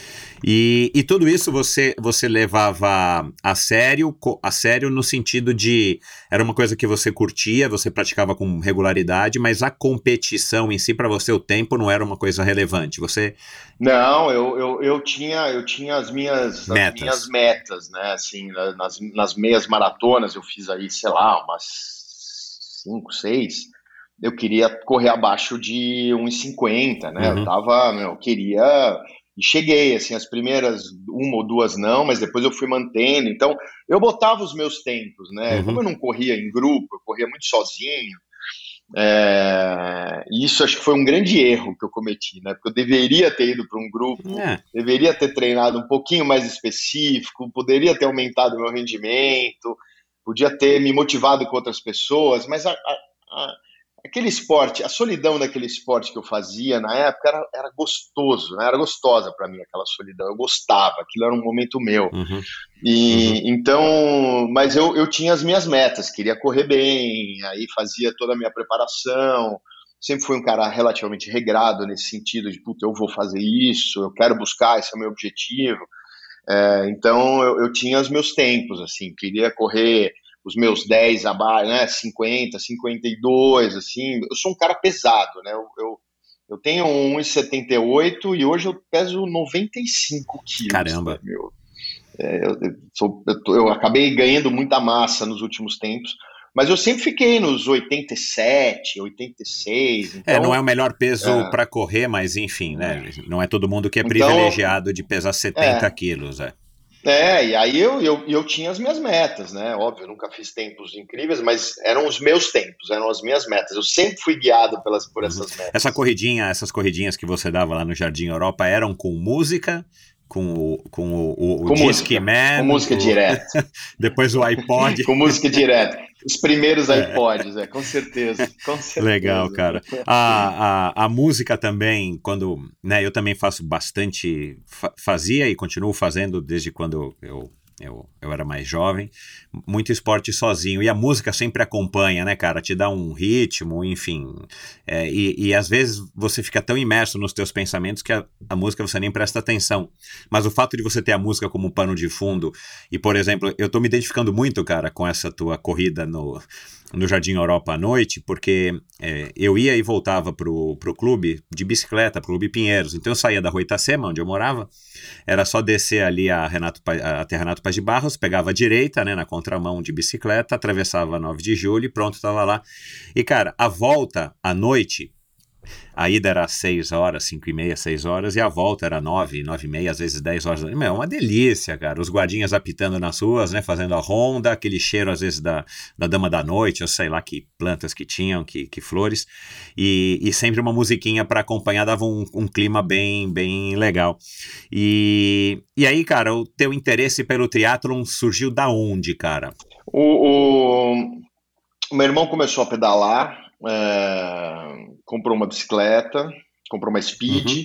E tudo isso você levava a sério no sentido de era uma coisa que você curtia, você praticava com regularidade, mas a competição em si, para você, o tempo não era uma coisa relevante. Não, eu tinha as minhas metas, né? Assim, nas meias maratonas eu fiz aí, sei lá, umas 5, 6. Eu queria correr abaixo de 1,50, né? Eu queria. E cheguei, assim, as primeiras 1 ou 2 não, mas depois eu fui mantendo. Então, eu botava os meus tempos, né? Como eu não corria em grupo, eu corria muito sozinho. E isso acho que foi um grande erro que eu cometi, né? Porque eu deveria ter ido para um grupo, deveria ter treinado um pouquinho mais específico, poderia ter aumentado o meu rendimento, podia ter me motivado com outras pessoas, mas aquele esporte, a solidão daquele esporte que eu fazia na época era gostoso, né? Era gostosa para mim aquela solidão, eu gostava, aquilo era um momento meu. Então, mas eu tinha as minhas metas, queria correr bem, aí fazia toda a minha preparação, sempre fui um cara relativamente regrado nesse sentido de, puta, eu vou fazer isso, eu quero buscar, esse é o meu objetivo. Então eu tinha os meus tempos, assim, queria correr os meus 10 abaixo, né, 50, 52, assim, eu sou um cara pesado, né, eu tenho 1,78 e hoje eu peso 95 quilos. Caramba! Né, eu acabei ganhando muita massa nos últimos tempos, mas eu sempre fiquei nos 87, 86. Então, não é o melhor peso para correr, mas enfim, né, não é todo mundo que é privilegiado de pesar 70 quilos, e aí eu tinha as minhas metas, né? Óbvio, eu nunca fiz tempos incríveis, mas eram os meus tempos, eram as minhas metas. Eu sempre fui guiado por essas metas. Essas corridinhas que você dava lá no Jardim Europa eram com música, com o Discman, com música direto. Depois o iPod. Com música direto. Os primeiros iPods, com certeza. Legal, cara. A música também, quando, né, eu também faço bastante, fazia e continuo fazendo desde quando eu era mais jovem, muito esporte sozinho, e a música sempre acompanha, né, cara, te dá um ritmo, enfim, e às vezes você fica tão imerso nos teus pensamentos que a música você nem presta atenção, mas o fato de você ter a música como pano de fundo, e por exemplo, eu tô me identificando muito, cara, com essa tua corrida no Jardim Europa à noite, porque eu ia e voltava pro clube de bicicleta, pro Clube Pinheiros, então eu saía da Rua Itacema, onde eu morava, era só descer ali até Renato Paz de Barros, pegava a direita, né, na contramão de bicicleta, atravessava a 9 de julho e pronto, tava lá. E cara, a volta à noite, a ida era 6 horas, 5h30, 6 horas, e a volta era 9, 9h30, às vezes 10 horas. É uma delícia, cara. Os guardinhas apitando nas ruas, né, fazendo a ronda, aquele cheiro, às vezes, da dama da noite, eu sei lá que plantas que tinham, que flores, e sempre uma musiquinha para acompanhar, dava um clima bem, bem legal. E aí, cara, o teu interesse pelo triatlon surgiu da onde, cara? O meu irmão começou a pedalar, comprou uma bicicleta, comprou uma Speed,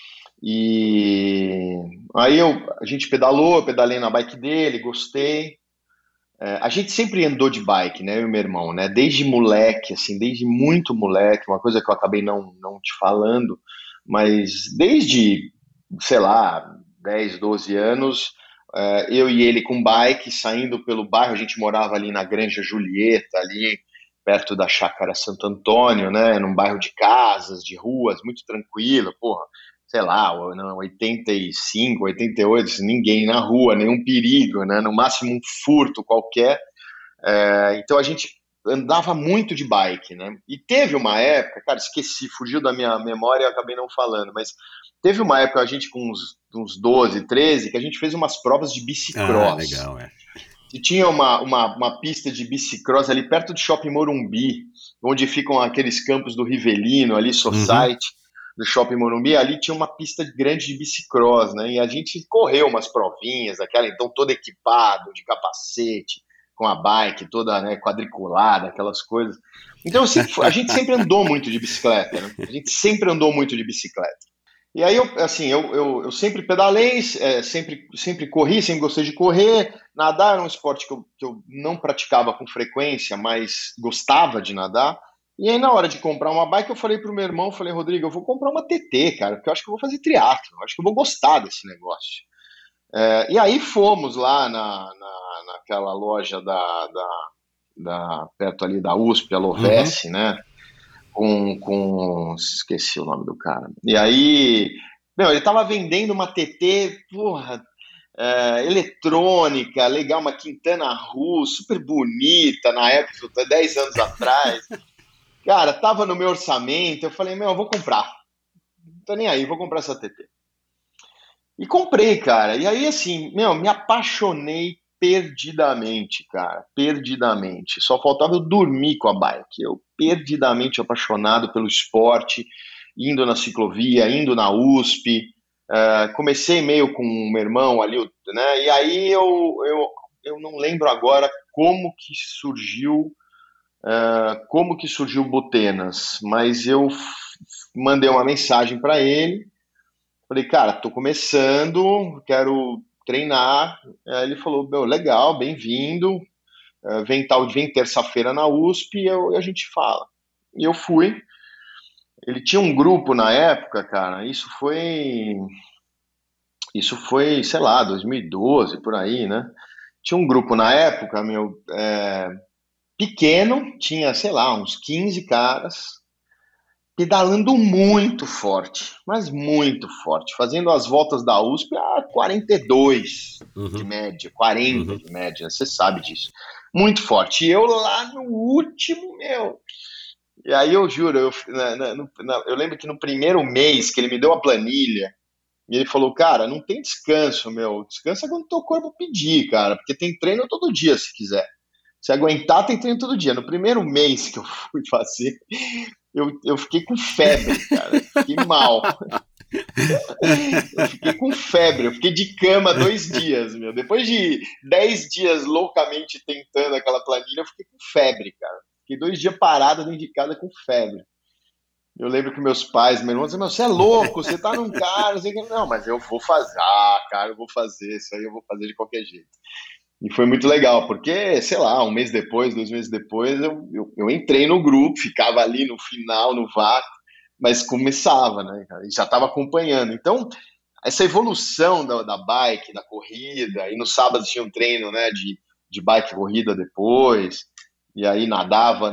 e aí a gente pedalou, eu pedalei na bike dele, gostei. A gente sempre andou de bike, né, eu e meu irmão, né, desde moleque, assim, desde muito moleque, uma coisa que eu acabei não te falando, mas desde, sei lá, 10, 12 anos, eu e ele com bike, saindo pelo bairro, a gente morava ali na Granja Julieta, ali perto da Chácara Santo Antônio, né, num bairro de casas, de ruas, muito tranquilo, porra, sei lá, 85, 88, ninguém na rua, nenhum perigo, né, no máximo um furto qualquer. Então a gente andava muito de bike, né, e teve uma época, cara, esqueci, fugiu da minha memória e eu acabei não falando, mas teve uma época, a gente com uns 12, 13, que a gente fez umas provas de bicicross. Legal, E tinha uma pista de bicicross ali perto do Shopping Morumbi, onde ficam aqueles campos do Rivelino, ali, Society, do Shopping Morumbi, ali tinha uma pista grande de bicicross, né, e a gente correu umas provinhas, aquela, então todo equipado, de capacete, com a bike toda, né, quadriculada, aquelas coisas. Então a gente sempre andou muito de bicicleta, né, a gente sempre andou muito de bicicleta. E aí, eu sempre pedalei, sempre corri, sempre gostei de correr. Nadar era um esporte que eu não praticava com frequência, mas gostava de nadar. E aí, na hora de comprar uma bike, eu falei pro meu irmão, Rodrigo, eu vou comprar uma TT, cara, porque eu acho que eu vou fazer triatlo, eu acho que eu vou gostar desse negócio. E aí fomos lá naquela loja perto ali da USP, a Lovesse, né? Esqueci o nome do cara. E aí, ele tava vendendo uma TT, porra, eletrônica, legal, uma Quintana Roo, super bonita na época, 10 anos atrás. Cara, tava no meu orçamento, eu falei, eu vou comprar. Não tô nem aí, vou comprar essa TT. E comprei, cara. E aí, assim, me apaixonei perdidamente, cara. Perdidamente. Só faltava eu dormir com a bike. Eu perdidamente apaixonado pelo esporte, indo na ciclovia, indo na USP. Comecei meio com o meu irmão ali, né? E aí eu não lembro agora como que surgiu o Butenas, mas eu mandei uma mensagem para ele. Falei, cara, tô começando, quero treinar. Aí ele falou, legal, bem-vindo. Vem terça-feira na USP e a gente fala. E eu fui. Ele tinha um grupo na época, cara, isso foi, sei lá, 2012, por aí, né? Tinha um grupo na época, pequeno, tinha, sei lá, uns 15 caras, pedalando muito forte, mas muito forte, fazendo as voltas da USP a 42 de média, 40 de média, você sabe disso. Muito forte. E eu lá no último, E aí eu juro, eu lembro que no primeiro mês que ele me deu a planilha, e ele falou, cara, não tem descanso, descansa quando o teu corpo pedir, cara, porque tem treino todo dia se quiser. Se aguentar, tem treino todo dia. No primeiro mês que eu fui fazer, eu fiquei com febre, cara. Fiquei mal. Eu fiquei com febre. Eu fiquei de cama 2 dias, Depois de 10 dias loucamente tentando aquela planilha, eu fiquei com febre, cara. Fiquei 2 dias parado dentro de casa com febre. Eu lembro que meus pais, meu irmão, diziam, você é louco, você tá num cara, não sei o que. Não, mas eu vou fazer. Cara, eu vou fazer. Isso aí eu vou fazer de qualquer jeito. E foi muito legal, porque, sei lá, 1 mês depois, 2 meses depois, eu entrei no grupo, ficava ali no final, no vácuo, mas começava, né, cara, e já estava acompanhando. Então, essa evolução da bike, da corrida, e no sábado tinha um treino, né, de bike corrida depois, e aí nadava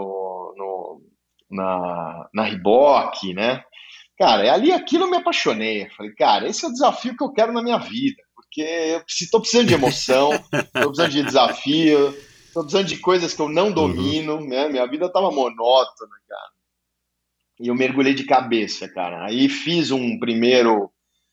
na Riboc, né, cara, ali aquilo eu me apaixonei. Eu falei, cara, esse é o desafio que eu quero na minha vida. Porque eu estou precisando de emoção, estou precisando de desafio, estou precisando de coisas que eu não domino, né? Minha vida estava monótona, cara. E eu mergulhei de cabeça, cara. Aí fiz um primeiro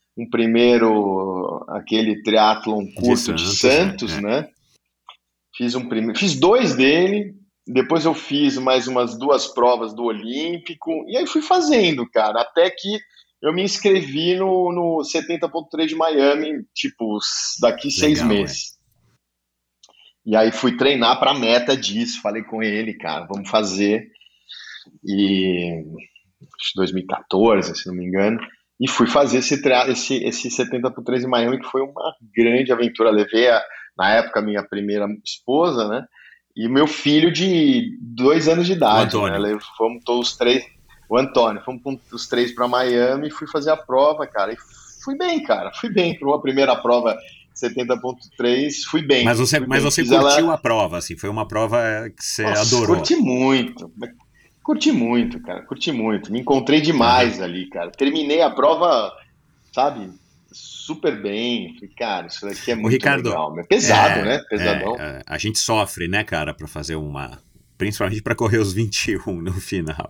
aquele triatlon curto de Santos, né? Fiz 2 dele, depois eu fiz mais umas 2 provas do Olímpico, e aí fui fazendo, cara, até que eu me inscrevi no 70.3 de Miami, tipo, daqui 6 meses. E aí fui treinar para a meta disso, falei com ele, cara, vamos fazer. E 2014, se não me engano, e fui fazer esse 70x3 em Miami, que foi uma grande aventura. Levei, na época, a minha primeira esposa, né? E o meu filho de 2 anos de idade. Né? Fomos todos os 3, o Antônio, fomos os 3 para Miami e fui fazer a prova, cara. E fui bem para uma primeira prova 70.3, fui bem. Mas você curtiu a prova, assim, foi uma prova que você adorou. Curti muito, cara, curti muito. Me encontrei demais ali, cara. Terminei a prova, sabe, super bem. Falei, cara, isso daqui é muito Ricardo, legal. É pesado, né? Pesadão. A gente sofre, né, cara, pra fazer principalmente pra correr os 21 no final.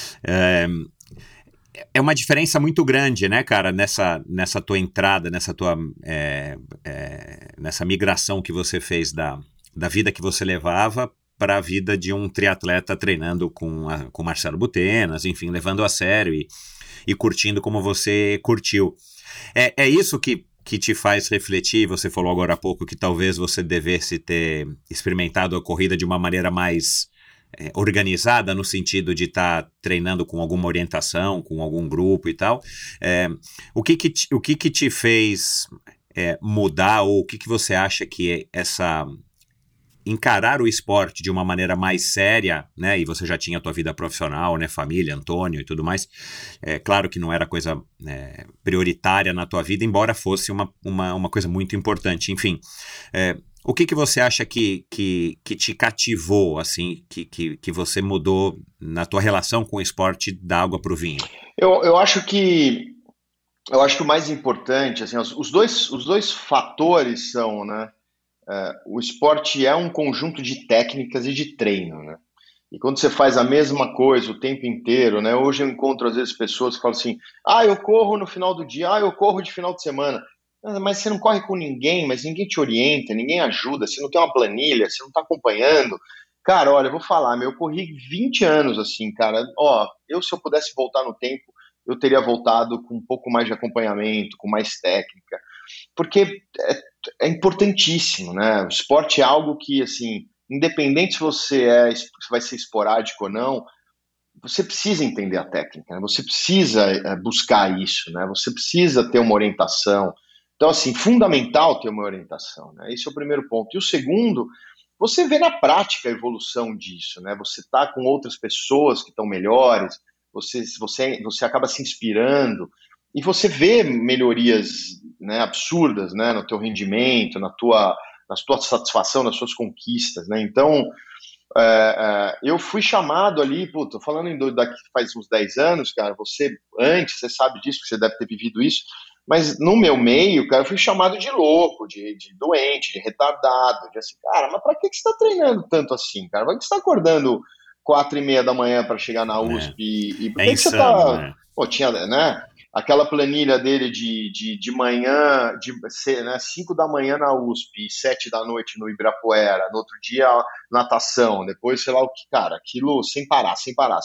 É uma diferença muito grande, né, cara, nessa tua entrada, nessa migração que você fez da vida que você levava para a vida de um triatleta treinando com Marcelo Butenas, enfim, levando a sério e curtindo como você curtiu. É isso que te faz refletir? Você falou agora há pouco que talvez você devesse ter experimentado a corrida de uma maneira mais organizada, no sentido de estar treinando com alguma orientação, com algum grupo e tal. O que te fez mudar, ou o que você acha que encarar o esporte de uma maneira mais séria, né? E você já tinha a tua vida profissional, né? Família, Antônio e tudo mais. Claro que não era coisa prioritária na tua vida, embora fosse uma coisa muito importante. Enfim, o que você acha que te cativou, assim, que você mudou na tua relação com o esporte da água para o vinho? Eu acho que o mais importante, assim, os dois fatores são, né? O esporte é um conjunto de técnicas e de treino, né? E quando você faz a mesma coisa o tempo inteiro, né? Hoje eu encontro às vezes pessoas que falam assim, eu corro no final do dia, eu corro de final de semana. Mas você não corre com ninguém, mas ninguém te orienta, ninguém ajuda, você não tem uma planilha, você não está acompanhando. Cara, olha, eu vou falar, eu corri 20 anos assim, cara. Se eu pudesse voltar no tempo, eu teria voltado com um pouco mais de acompanhamento, com mais técnica. Porque é importantíssimo, né? O esporte é algo que, assim, independente se você vai ser esporádico ou não, você precisa entender a técnica, né? Você precisa buscar isso, né? Você precisa ter uma orientação. Então, assim, fundamental ter uma orientação, né? Esse é o primeiro ponto. E o segundo, você vê na prática a evolução disso, né? Você está com outras pessoas que estão melhores, você acaba se inspirando e você vê melhorias, né, absurdas, né, no teu rendimento, na tua satisfação, nas suas conquistas, né? Então, eu fui chamado ali, tô falando daqui faz uns 10 anos, cara, você sabe disso, que você deve ter vivido isso, mas no meu meio, cara, eu fui chamado de louco, de doente, de retardado, de assim, cara, mas pra que você tá treinando tanto assim, cara? Pra que você tá acordando 4:30 da manhã para chegar na USP? E por que insano, você tá... né? Tinha, né? Aquela planilha dele de manhã, né, 5 da manhã na USP, 7 da noite no Ibirapuera, no outro dia natação, depois sei lá o que, cara, aquilo sem parar.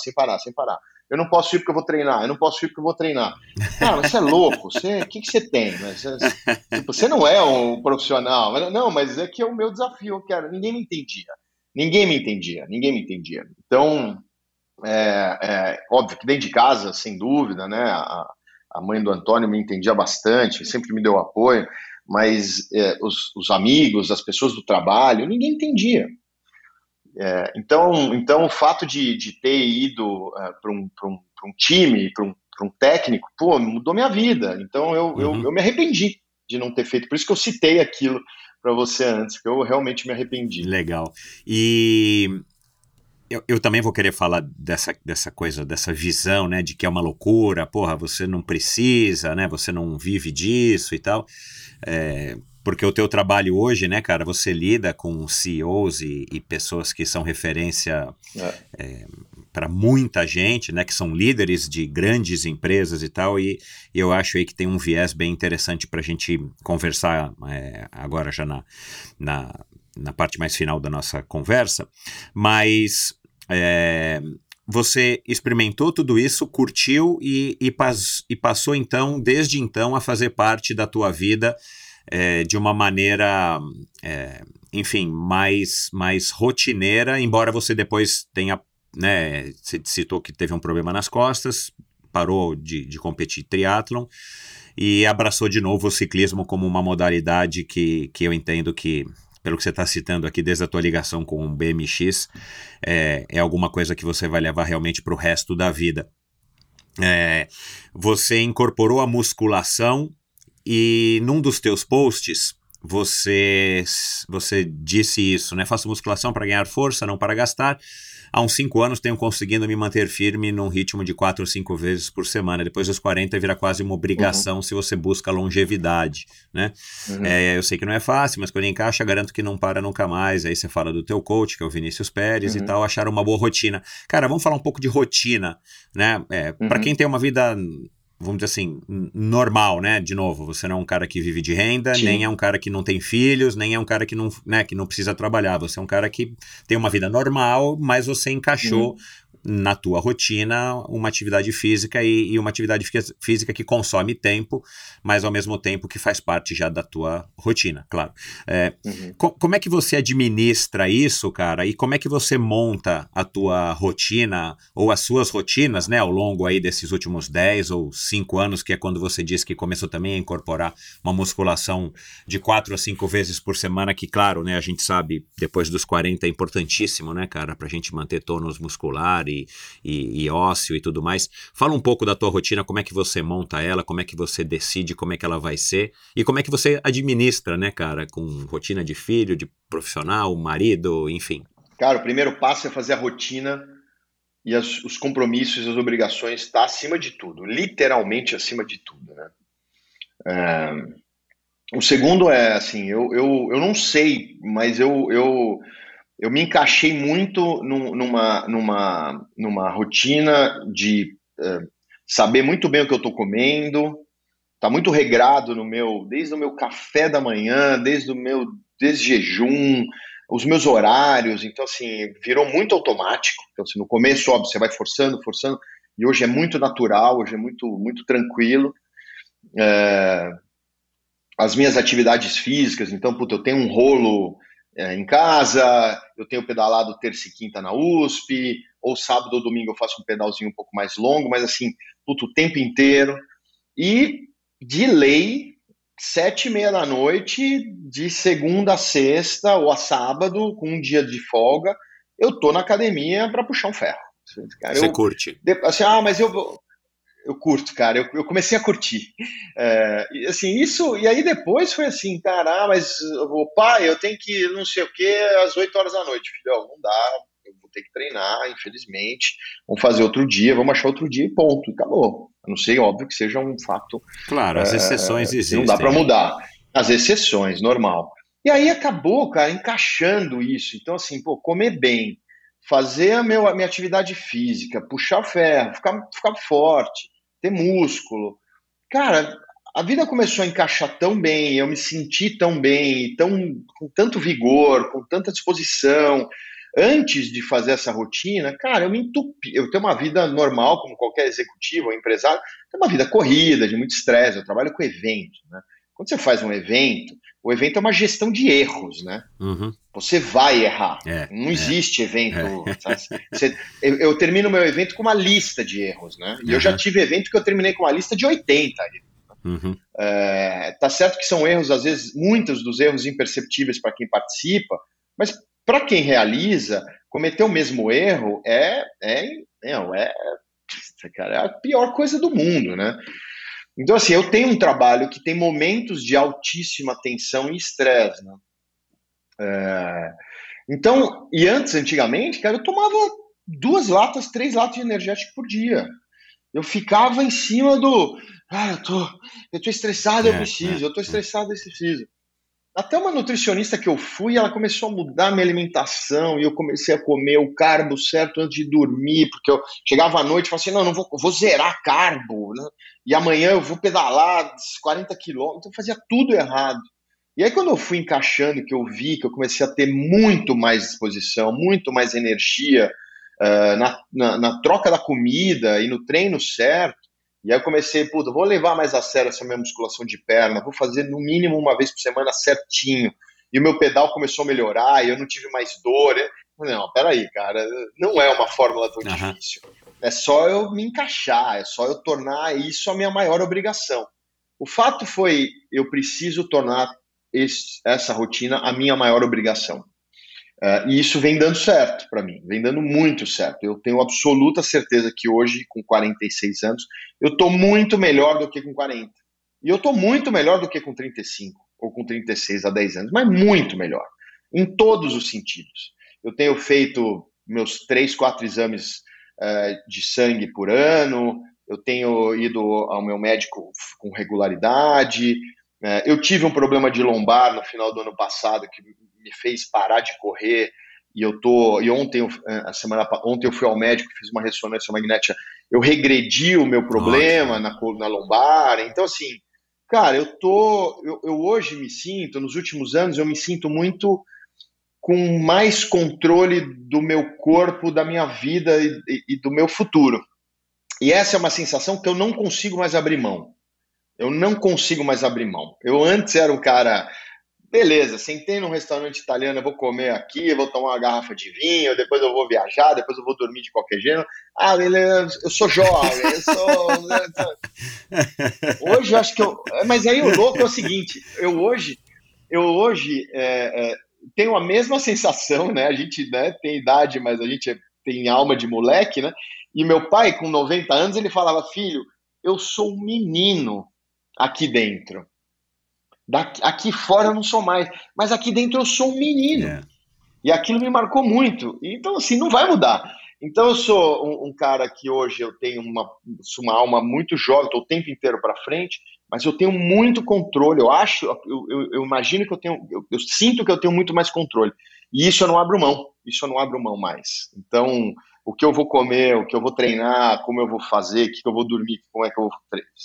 Eu não posso ir porque eu vou treinar, Cara, mas você é louco, o que você tem? Você não é um profissional. Não, mas é que é o meu desafio, cara. Ninguém me entendia. Então, óbvio que dentro de casa, sem dúvida, né, a mãe do Antônio me entendia bastante, sempre me deu apoio, mas os amigos, as pessoas do trabalho, ninguém entendia. Então o fato de ter ido para um time, para um técnico, mudou minha vida. Então eu me arrependi de não ter feito. Por isso que eu citei aquilo para você antes, porque eu realmente me arrependi. Legal. E eu também vou querer falar dessa coisa, dessa visão, né, de que é uma loucura, você não precisa, né, você não vive disso e tal, porque o teu trabalho hoje, né, cara, você lida com CEOs e pessoas que são referência para muita gente, né, que são líderes de grandes empresas e tal, e eu acho aí que tem um viés bem interessante para a gente conversar agora já na parte mais final da nossa conversa, mas você experimentou tudo isso, curtiu e passou então, desde então, a fazer parte da tua vida de uma maneira, enfim, mais rotineira, embora você depois tenha né, você citou que teve um problema nas costas, parou de competir triatlon e abraçou de novo o ciclismo como uma modalidade que eu entendo que, pelo que você está citando aqui, desde a tua ligação com o BMX, é alguma coisa que você vai levar realmente para o resto da vida. Você incorporou a musculação e num dos teus posts você disse isso, né? Faço musculação para ganhar força, não para gastar. Há uns 5 anos tenho conseguido me manter firme num ritmo de 4 ou 5 vezes por semana. Depois dos 40 vira quase uma obrigação se você busca longevidade, né? Eu sei que não é fácil, mas quando encaixa, garanto que não para nunca mais. Aí você fala do teu coach, que é o Vinícius Pérez e tal, acharam uma boa rotina. Cara, vamos falar um pouco de rotina, né? Para quem tem uma vida, vamos dizer assim, normal, né? De novo, você não é um cara que vive de renda, Sim. nem é um cara que não tem filhos, nem é um cara que não, né, que não precisa trabalhar. Você é um cara que tem uma vida normal, mas você encaixou na tua rotina uma atividade física e uma atividade física que consome tempo, mas ao mesmo tempo que faz parte já da tua rotina, claro. Como é que você administra isso, cara? E como é que você monta a tua rotina ou as suas rotinas, né, ao longo aí desses últimos 10 ou 5 anos, que é quando você disse que começou também a incorporar uma musculação de 4 a 5 vezes por semana, que claro, né, a gente sabe, depois dos 40 é importantíssimo, né, cara, pra gente manter tônus muscular e ósseo e tudo mais. Fala um pouco da tua rotina, como é que você monta ela, como é que você decide como é que ela vai ser e como é que você administra, né, cara, com rotina de filho, de profissional, marido, enfim. Cara, o primeiro passo é fazer a rotina e os compromissos e as obrigações estar acima de tudo, literalmente acima de tudo, né? O segundo é, assim, eu não sei, mas eu me encaixei muito numa rotina de saber muito bem o que eu estou comendo, tá muito regrado desde o meu café da manhã, desde jejum, os meus horários, então assim, virou muito automático. Então assim, no começo, óbvio, você vai forçando, e hoje é muito natural, hoje é muito, muito tranquilo. As minhas atividades físicas, então, eu tenho um rolo em casa, eu tenho pedalado terça e quinta na USP, ou sábado ou domingo eu faço um pedalzinho um pouco mais longo, mas assim, o tempo inteiro. E, de lei, 7:30 da noite, de segunda a sexta ou a sábado, com um dia de folga, eu tô na academia para puxar um ferro. Cara, você curte? Assim, mas eu curto, cara, eu comecei a curtir. Assim, isso, e aí depois foi assim, cara, mas o pai, eu tenho que não sei o que às 8 horas da noite, filho, não dá, eu vou ter que treinar, infelizmente, vamos fazer outro dia, vamos achar outro dia e ponto, acabou. A não sei, óbvio que seja um fato. Claro, as exceções existem. Não dá para mudar. As exceções, normal. E aí acabou, cara, encaixando isso. Então, assim, comer bem, fazer a minha atividade física, puxar ferro, ficar forte, ter músculo. Cara, a vida começou a encaixar tão bem, eu me senti tão bem, com tanto vigor, com tanta disposição. Antes de fazer essa rotina, cara, eu me entupi. Eu tenho uma vida normal, como qualquer executivo ou empresário, tenho uma vida corrida, de muito estresse, eu trabalho com evento, né? Quando você faz um evento, o evento é uma gestão de erros, né? Você vai errar. Não existe evento. Eu termino meu evento com uma lista de erros, né? E eu já tive evento que eu terminei com uma lista de 80. Tá certo que são erros, às vezes, muitos dos erros imperceptíveis para quem participa, mas para quem realiza, cometer o mesmo erro cara, é a pior coisa do mundo, né? Então, assim, eu tenho um trabalho que tem momentos de altíssima tensão e estresse, né? Então, e antigamente, cara, eu tomava 2 latas, 3 latas de energético por dia. Eu ficava em cima eu tô estressado, eu preciso, eu tô estressado, eu preciso. Até uma nutricionista que eu fui, ela começou a mudar minha alimentação e eu comecei a comer o carbo certo antes de dormir, porque eu chegava à noite e falava assim, não vou zerar carbo, né? E amanhã eu vou pedalar 40 quilômetros, então eu fazia tudo errado. E aí quando eu fui encaixando, que eu vi que eu comecei a ter muito mais disposição, muito mais energia na troca da comida e no treino certo, e aí eu comecei, vou levar mais a sério essa minha musculação de perna, vou fazer no mínimo uma vez por semana certinho. E o meu pedal começou a melhorar, e eu não tive mais dor. Não, peraí, cara, não é uma fórmula tão difícil. É só eu me encaixar, é só eu tornar isso a minha maior obrigação. O fato foi, eu preciso tornar essa rotina a minha maior obrigação. E isso vem dando certo para mim, vem dando muito certo. Eu tenho absoluta certeza que hoje, com 46 anos, eu estou muito melhor do que com 40. E eu estou muito melhor do que com 35 ou com 36 há 10 anos, mas muito melhor, em todos os sentidos. Eu tenho feito meus 3, 4 exames de sangue por ano, eu tenho ido ao meu médico com regularidade, eu tive um problema de lombar no final do ano passado que me fez parar de correr, e ontem eu fui ao médico, fiz uma ressonância magnética, eu regredi o meu problema na lombar. Então assim, cara, eu hoje me sinto, nos últimos anos eu me sinto muito com mais controle do meu corpo, da minha vida e do meu futuro. E essa é uma sensação que eu não consigo mais abrir mão. Eu não consigo mais abrir mão. Eu antes era um cara, beleza, sentei num restaurante italiano, eu vou comer aqui, eu vou tomar uma garrafa de vinho, depois eu vou viajar, depois eu vou dormir de qualquer jeito. Beleza, eu sou jovem, Hoje eu acho que Mas aí o louco é o seguinte, eu hoje tenho a mesma sensação, né? A gente, né, tem idade, mas a gente tem alma de moleque, né? E meu pai, com 90 anos, ele falava, filho, eu sou um menino aqui dentro. Aqui fora eu não sou mais, mas aqui dentro eu sou um menino. E aquilo me marcou muito. Então, assim, não vai mudar. Então, eu sou um cara que hoje eu tenho uma alma muito jovem, estou o tempo inteiro para frente, mas eu tenho muito controle. Eu imagino que eu sinto que eu tenho muito mais controle. E isso eu não abro mão. Isso eu não abro mão mais. Então, o que eu vou comer, o que eu vou treinar, como eu vou fazer, o que eu vou dormir, como é que eu vou...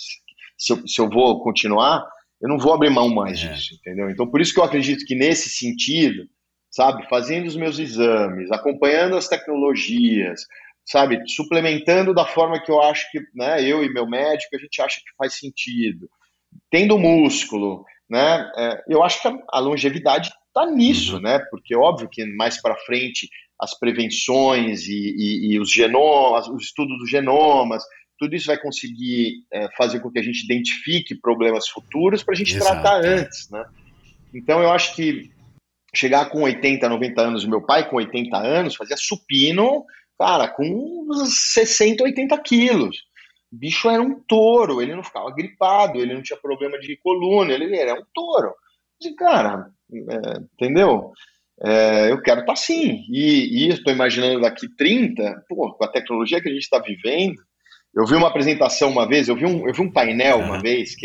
Se eu vou continuar, eu não vou abrir mão mais disso, entendeu? Então, por isso que eu acredito que nesse sentido, sabe, fazendo os meus exames, acompanhando as tecnologias, sabe, suplementando da forma que eu acho que, né, eu e meu médico, a gente acha que faz sentido, tendo músculo, né, eu acho que a longevidade está nisso, né, porque é óbvio que mais para frente as prevenções e os genomas, os estudos dos genomas, tudo isso vai conseguir fazer com que a gente identifique problemas futuros para a gente tratar antes, né? Então eu acho que chegar com 80, 90 anos, meu pai com 80 anos fazia supino, cara, com 60, 80 quilos. O bicho era um touro, ele não ficava gripado, ele não tinha problema de coluna, ele era um touro. E, cara, entendeu? Eu quero estar assim. E estou imaginando daqui 30, com a tecnologia que a gente está vivendo. Eu vi uma apresentação uma vez, eu vi um painel uma vez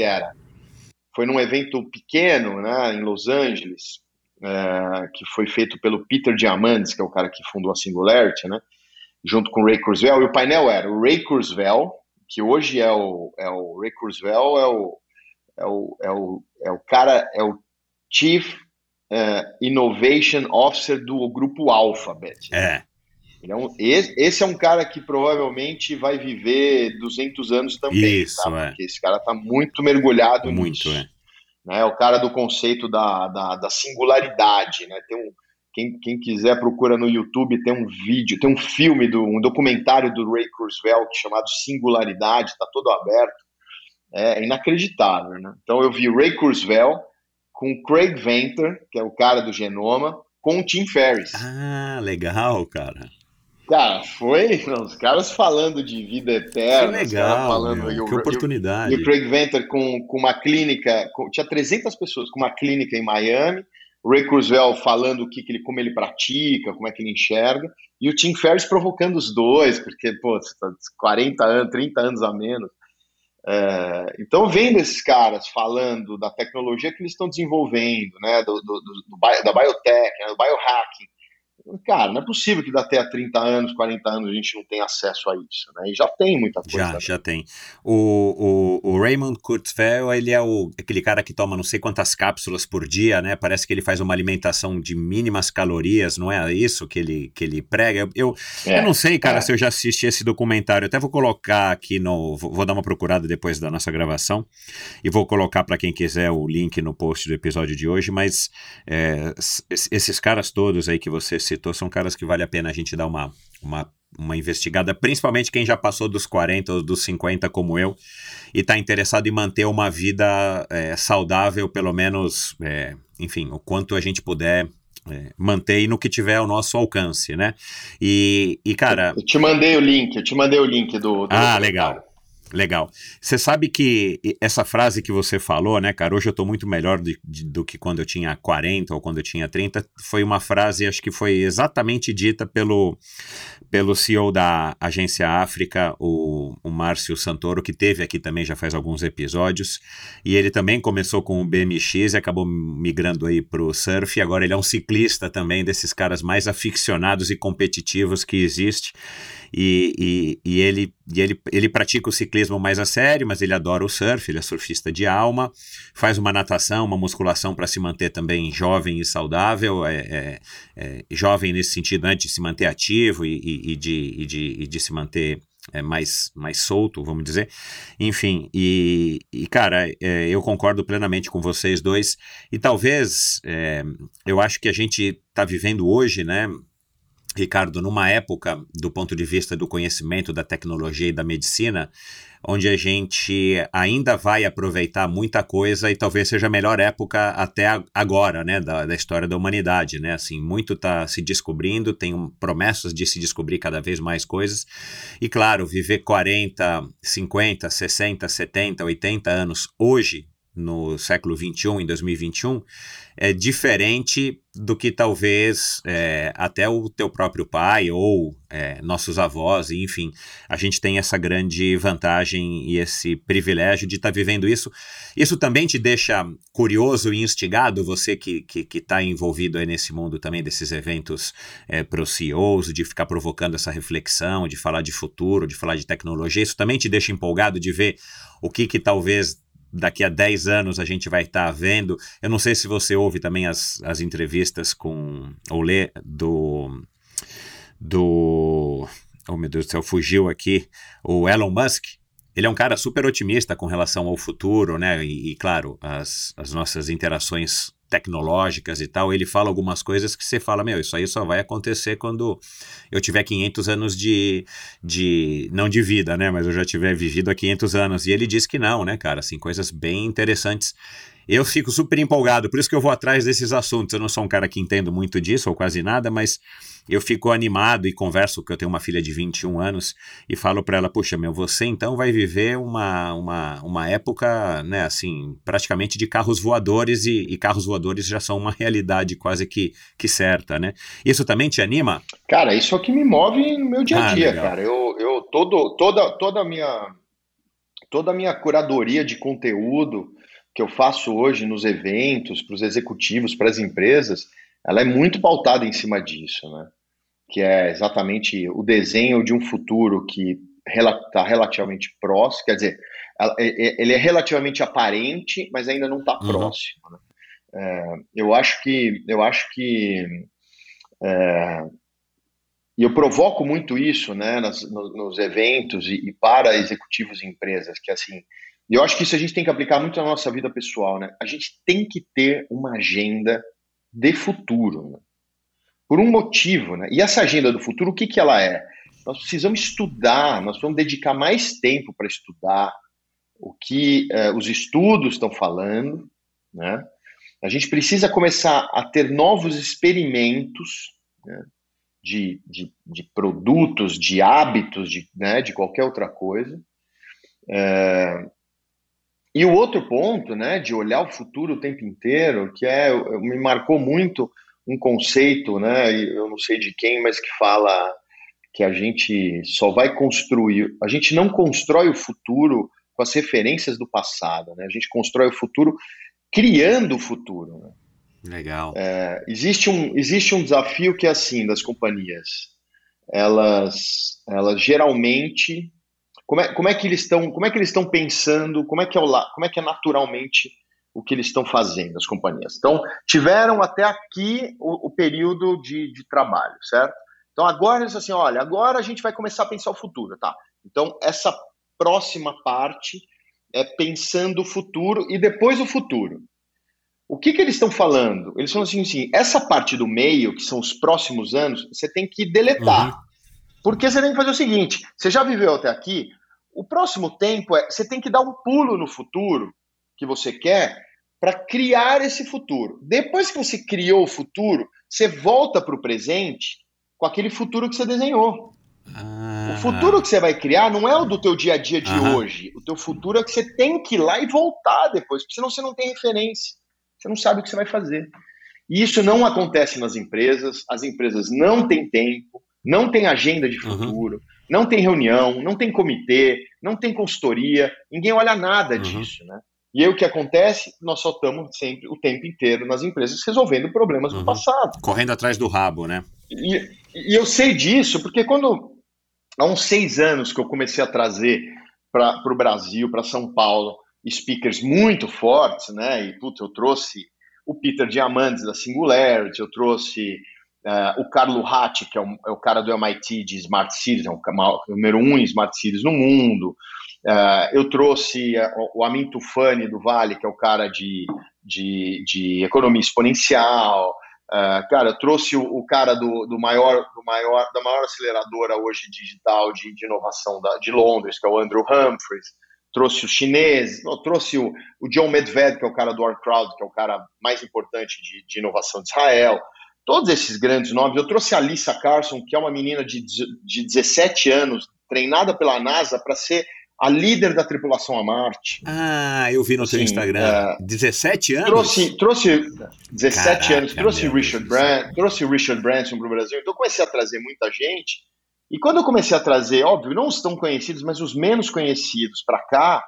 foi num evento pequeno, né, em Los Angeles, que foi feito pelo Peter Diamandis, que é o cara que fundou a Singularity, né, junto com o Ray Kurzweil, e o painel era o Ray Kurzweil, que hoje é o Ray Kurzweil, é o cara, é o Chief Innovation Officer do grupo Alphabet. Esse é um cara que provavelmente vai viver 200 anos também. Isso, tá? Porque esse cara está muito mergulhado nisso. Né? É o cara do conceito da singularidade. Né? Quem quiser procura no YouTube, tem um vídeo, tem um documentário do Ray Kurzweil chamado Singularidade, está todo aberto. É inacreditável. Né? Então eu vi Ray Kurzweil com o Craig Venter, que é o cara do genoma, com o Tim Ferriss. Legal, cara. Cara, os caras falando de vida eterna. Que legal, falando, que oportunidade. E o Craig Venter com uma clínica, tinha 300 pessoas com uma clínica em Miami, o Ray Kurzweil falando como ele pratica, como é que ele enxerga, e o Tim Ferriss provocando os dois, porque, 40 anos, 30 anos a menos. Então, vendo esses caras falando da tecnologia que eles estão desenvolvendo, né, da biotech, né, do biohacking, cara, não é possível que daqui a 30 anos, 40 anos a gente não tenha acesso a isso, né? E já tem muita coisa. Já tem. O Raymond Kurzweil, ele é aquele cara que toma não sei quantas cápsulas por dia, né? Parece que ele faz uma alimentação de mínimas calorias, não é isso que ele prega? Eu não sei, cara, se eu já assisti esse documentário. Eu até vou colocar aqui vou dar uma procurada depois da nossa gravação e vou colocar para quem quiser o link no post do episódio de hoje, mas esses caras todos aí que você citou, citou são caras que vale a pena a gente dar uma investigada, principalmente quem já passou dos 40 ou dos 50 como eu e está interessado em manter uma vida saudável, pelo menos, enfim, o quanto a gente puder manter no que tiver ao nosso alcance, né? E cara... Eu te mandei o link do legal. Legal. Você sabe que essa frase que você falou, né, cara, hoje eu tô muito melhor do que quando eu tinha 40 ou quando eu tinha 30, foi uma frase, acho que foi exatamente dita pelo CEO da Agência África, o Márcio Santoro, que teve aqui também já faz alguns episódios, e ele também começou com o BMX e acabou migrando aí pro surf, e agora ele é um ciclista também, desses caras mais aficionados e competitivos que existe, e ele pratica o ciclismo mais a sério, mas ele adora o surf, ele é surfista de alma, faz uma natação, uma musculação para se manter também jovem e saudável, jovem nesse sentido, né, de se manter ativo e de se manter mais solto, vamos dizer. Enfim, cara, eu concordo plenamente com vocês dois, e talvez eu acho que a gente está vivendo hoje, né, Ricardo, numa época, do ponto de vista do conhecimento, da tecnologia e da medicina, onde a gente ainda vai aproveitar muita coisa e talvez seja a melhor época até agora, né, da história da humanidade, né, assim, muito está se descobrindo, tem promessas de se descobrir cada vez mais coisas, e claro, viver 40, 50, 60, 70, 80 anos hoje, no século XXI, em 2021, é diferente do que talvez até o teu próprio pai ou nossos avós, enfim, a gente tem essa grande vantagem e esse privilégio de estar vivendo isso. Isso também te deixa curioso e instigado, você que está envolvido aí nesse mundo também desses eventos para os CEOs, de ficar provocando essa reflexão, de falar de futuro, de falar de tecnologia, isso também te deixa empolgado de ver o que talvez daqui a 10 anos a gente vai estar vendo. Eu não sei se você ouve também as entrevistas ou lê do oh meu Deus do céu, fugiu aqui, o Elon Musk. Ele é um cara super otimista com relação ao futuro, né, e claro, as nossas interações tecnológicas e tal, ele fala algumas coisas que você fala, isso aí só vai acontecer quando eu tiver 500 anos não de vida, né, mas eu já tiver vivido há 500 anos, e ele diz que não, né, cara, assim, coisas bem interessantes. Eu fico super empolgado, por isso que eu vou atrás desses assuntos. Eu não sou um cara que entendo muito disso, ou quase nada, mas eu fico animado e converso, porque eu tenho uma filha de 21 anos, e falo para ela, puxa, você então vai viver uma época, né, assim, praticamente de carros voadores, e carros voadores já são uma realidade quase que certa, né? Isso também te anima? Cara, isso é o que me move no meu dia a dia, legal. Cara. Toda a minha curadoria de conteúdo que eu faço hoje nos eventos, para os executivos, para as empresas, ela é muito pautada em cima disso, né? Que é exatamente o desenho de um futuro que está relativamente próximo, quer dizer, ele é relativamente aparente, mas ainda não está próximo, né? Eu acho que e eu provoco muito isso, né, nos eventos e para executivos e empresas, que assim, e eu acho que isso a gente tem que aplicar muito na nossa vida pessoal, né? A gente tem que ter uma agenda de futuro, né? Por um motivo, né? E essa agenda do futuro, o que ela é? Nós precisamos estudar, nós vamos dedicar mais tempo para estudar o que os estudos estão falando, né? A gente precisa começar a ter novos experimentos, né, de produtos, de hábitos, né, de qualquer outra coisa. E o outro ponto, né, de olhar o futuro o tempo inteiro, que me marcou muito um conceito, né, eu não sei de quem, mas que fala que a gente só vai construir, a gente não constrói o futuro com as referências do passado, né, a gente constrói o futuro criando o futuro, né? Legal. Existe um desafio que é assim, das companhias, elas geralmente, como é que eles estão pensando, como é que é naturalmente o que eles estão fazendo, as companhias. Então, tiveram até aqui o período de trabalho, certo? Então, agora eles assim, olha, agora a gente vai começar a pensar o futuro, tá? Então, essa próxima parte é pensando o futuro e depois o futuro. O que eles estão falando? Eles falam assim, essa parte do meio, que são os próximos anos, você tem que deletar. Porque você tem que fazer o seguinte, você já viveu até aqui, o próximo tempo você tem que dar um pulo no futuro que você quer para criar esse futuro. Depois que você criou o futuro, você volta para o presente com aquele futuro que você desenhou. O futuro que você vai criar não é o do teu dia a dia de hoje. O teu futuro é que você tem que ir lá e voltar depois, porque senão você não tem referência. Você não sabe o que você vai fazer. E isso não acontece nas empresas. As empresas não têm tempo, não têm agenda de futuro, não tem reunião, não tem comitê, não tem consultoria, ninguém olha nada disso, né? E aí o que acontece? Nós só estamos sempre, o tempo inteiro nas empresas, resolvendo problemas do passado. Correndo atrás do rabo, né? E eu sei disso, porque há uns 6 anos que eu comecei a trazer para o Brasil, para São Paulo, speakers muito fortes, né? E, eu trouxe o Peter Diamandis da Singularity, eu trouxe o Carlo Ratti, que é o cara do MIT de Smart Cities, é o número 1 em Smart Cities no mundo. Eu trouxe o Amin Tufani do Vale, que é o cara de economia exponencial. Cara, eu trouxe o cara da maior aceleradora hoje digital de inovação de Londres, que é o Andrew Humphreys. Trouxe os chineses, trouxe o John Medved, que é o cara do OurCrowd, que é o cara mais importante de inovação de Israel. Todos esses grandes nomes. Eu trouxe a Lisa Carson, que é uma menina de 17 anos, treinada pela NASA para ser a líder da tripulação a Marte. Eu vi no seu Instagram. 17 anos? Trouxe 17 anos. Trouxe o Richard Branson para o Brasil. Então eu comecei a trazer muita gente. E quando eu comecei a trazer, óbvio, não os tão conhecidos, mas os menos conhecidos para cá,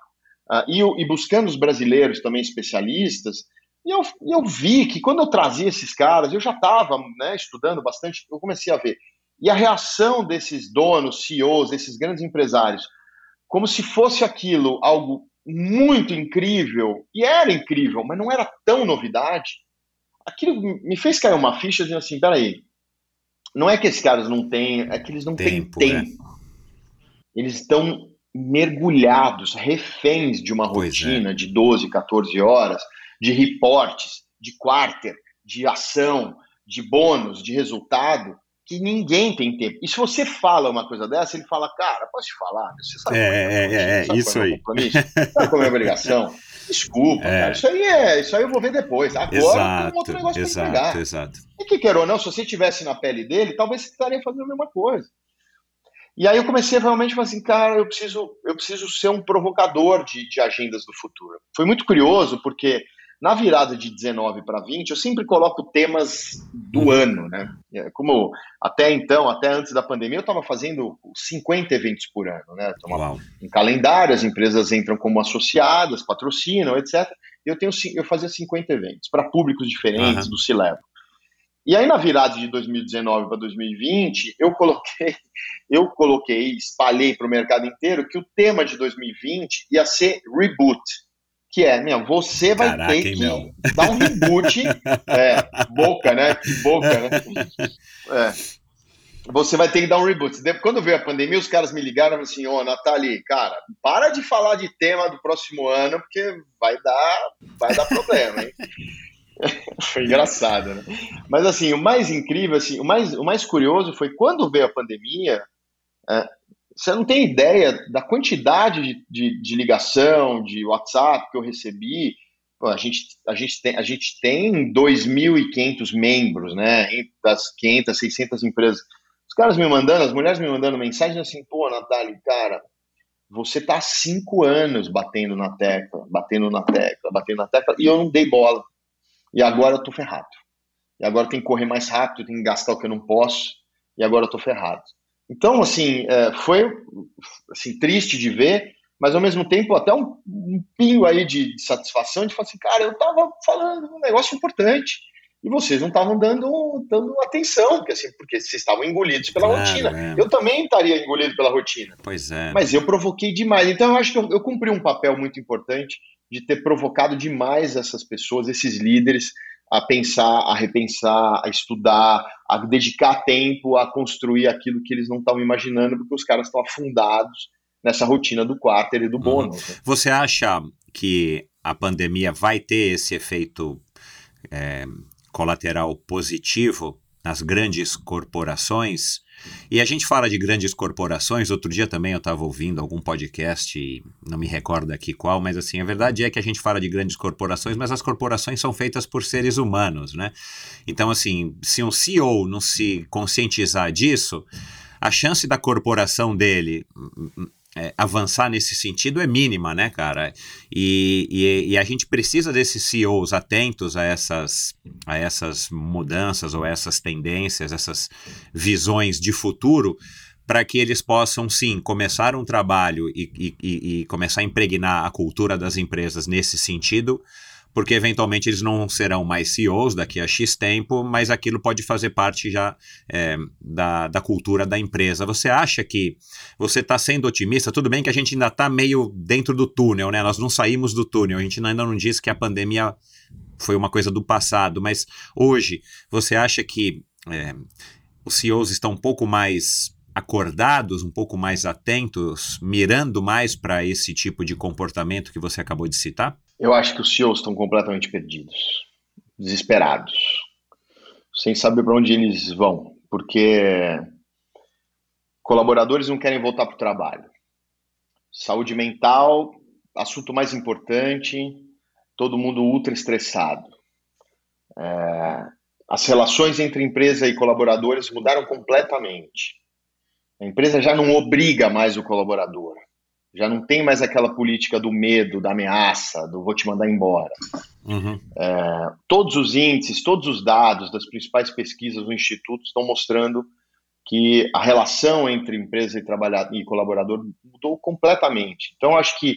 e buscando os brasileiros também especialistas, e eu vi que quando eu trazia esses caras, eu já estava, né, estudando bastante, eu comecei a ver. E a reação desses donos, CEOs, desses grandes empresários, como se fosse aquilo algo muito incrível, e era incrível, mas não era tão novidade, aquilo me fez cair uma ficha dizendo assim, peraí, não é que esses caras não têm, é que eles não têm tempo. Né? Eles estão mergulhados, reféns de uma rotina de 12, 14 horas, de reportes, de quarter, de ação, de bônus, de resultado, que ninguém tem tempo. E se você fala uma coisa dessa, ele fala, cara, posso te falar? Você sabe isso aí. Sabe qual é a minha obrigação? Desculpa, cara, isso aí eu vou ver depois. Agora tem um outro negócio para entregar. Exato. E que quer ou não, se você estivesse na pele dele, talvez você estaria fazendo a mesma coisa. E aí eu comecei a realmente falar assim, cara, eu preciso ser um provocador de agendas do futuro. Foi muito curioso, porque na virada de 19 para 20, eu sempre coloco temas do ano, né? Como até então, até antes da pandemia, eu estava fazendo 50 eventos por ano, né? Em calendário, as empresas entram como associadas, patrocinam, etc. E eu fazia 50 eventos para públicos diferentes do C-Level. E aí, na virada de 2019 para 2020, eu coloquei, espalhei para o mercado inteiro que o tema de 2020 ia ser Reboot. Que você vai ter que dar um reboot. Boca, né? Que boca, né? Você vai ter que dar um reboot. Quando veio a pandemia, os caras me ligaram e falaram assim, Nathalie, cara, para de falar de tema do próximo ano, porque vai dar problema, hein? Foi engraçado, né? Mas assim, o mais incrível, assim, o mais curioso foi quando veio a pandemia, você não tem ideia da quantidade de ligação, de WhatsApp que eu recebi. Pô, a gente tem 2.500 membros, né? Das 500, 600 empresas. Os caras me mandando, as mulheres me mandando mensagem assim, pô, Nathalie, cara, você tá há 5 anos batendo na tecla, e eu não dei bola. E agora eu tô ferrado. E agora tem que correr mais rápido, tem que gastar o que eu não posso, e agora eu tô ferrado. Então, assim, foi assim, triste de ver, mas ao mesmo tempo até um pingo aí de satisfação de falar assim, cara, eu tava falando um negócio importante e vocês não estavam dando atenção, porque vocês estavam engolidos pela rotina. Eu também estaria engolido pela rotina. Pois é. Mas eu provoquei demais. Então, eu acho que eu cumpri um papel muito importante de ter provocado demais essas pessoas, esses líderes, a pensar, a repensar, a estudar, a dedicar tempo a construir aquilo que eles não estavam imaginando, porque os caras estão afundados nessa rotina do quarter e do bônus. Você acha que a pandemia vai ter esse efeito colateral positivo nas grandes corporações. E a gente fala de grandes corporações. Outro dia também eu estava ouvindo algum podcast, não me recordo aqui qual, mas assim, a verdade é que a gente fala de grandes corporações, mas as corporações são feitas por seres humanos, né? Então, assim, se um CEO não se conscientizar disso, a chance da corporação dele avançar nesse sentido é mínima, né, cara? E a gente precisa desses CEOs atentos a essas mudanças ou essas tendências, essas visões de futuro, para que eles possam, sim, começar um trabalho e começar a impregnar a cultura das empresas nesse sentido, porque eventualmente eles não serão mais CEOs daqui a X tempo, mas aquilo pode fazer parte já da cultura da empresa. Você acha que você está sendo otimista? Tudo bem que a gente ainda está meio dentro do túnel, né? Nós não saímos do túnel, a gente ainda não disse que a pandemia foi uma coisa do passado, mas hoje você acha que os CEOs estão um pouco mais acordados, um pouco mais atentos, mirando mais para esse tipo de comportamento que você acabou de citar? Eu acho que os CEOs estão completamente perdidos, desesperados, sem saber para onde eles vão, porque colaboradores não querem voltar para o trabalho. Saúde mental, assunto mais importante, todo mundo ultra estressado. As relações entre empresa e colaboradores mudaram completamente. A empresa já não obriga mais o colaborador. Já não tem mais aquela política do medo, da ameaça, do vou te mandar embora. Uhum. Todos os índices, todos os dados das principais pesquisas do Instituto estão mostrando que a relação entre empresa e colaborador mudou completamente. Então, acho que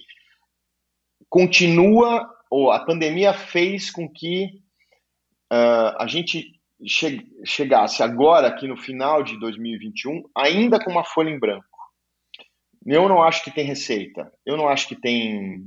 a pandemia fez com que a gente chegasse agora, aqui no final de 2021, ainda com uma folha em branco. Eu não acho que tem receita. Eu não acho que tem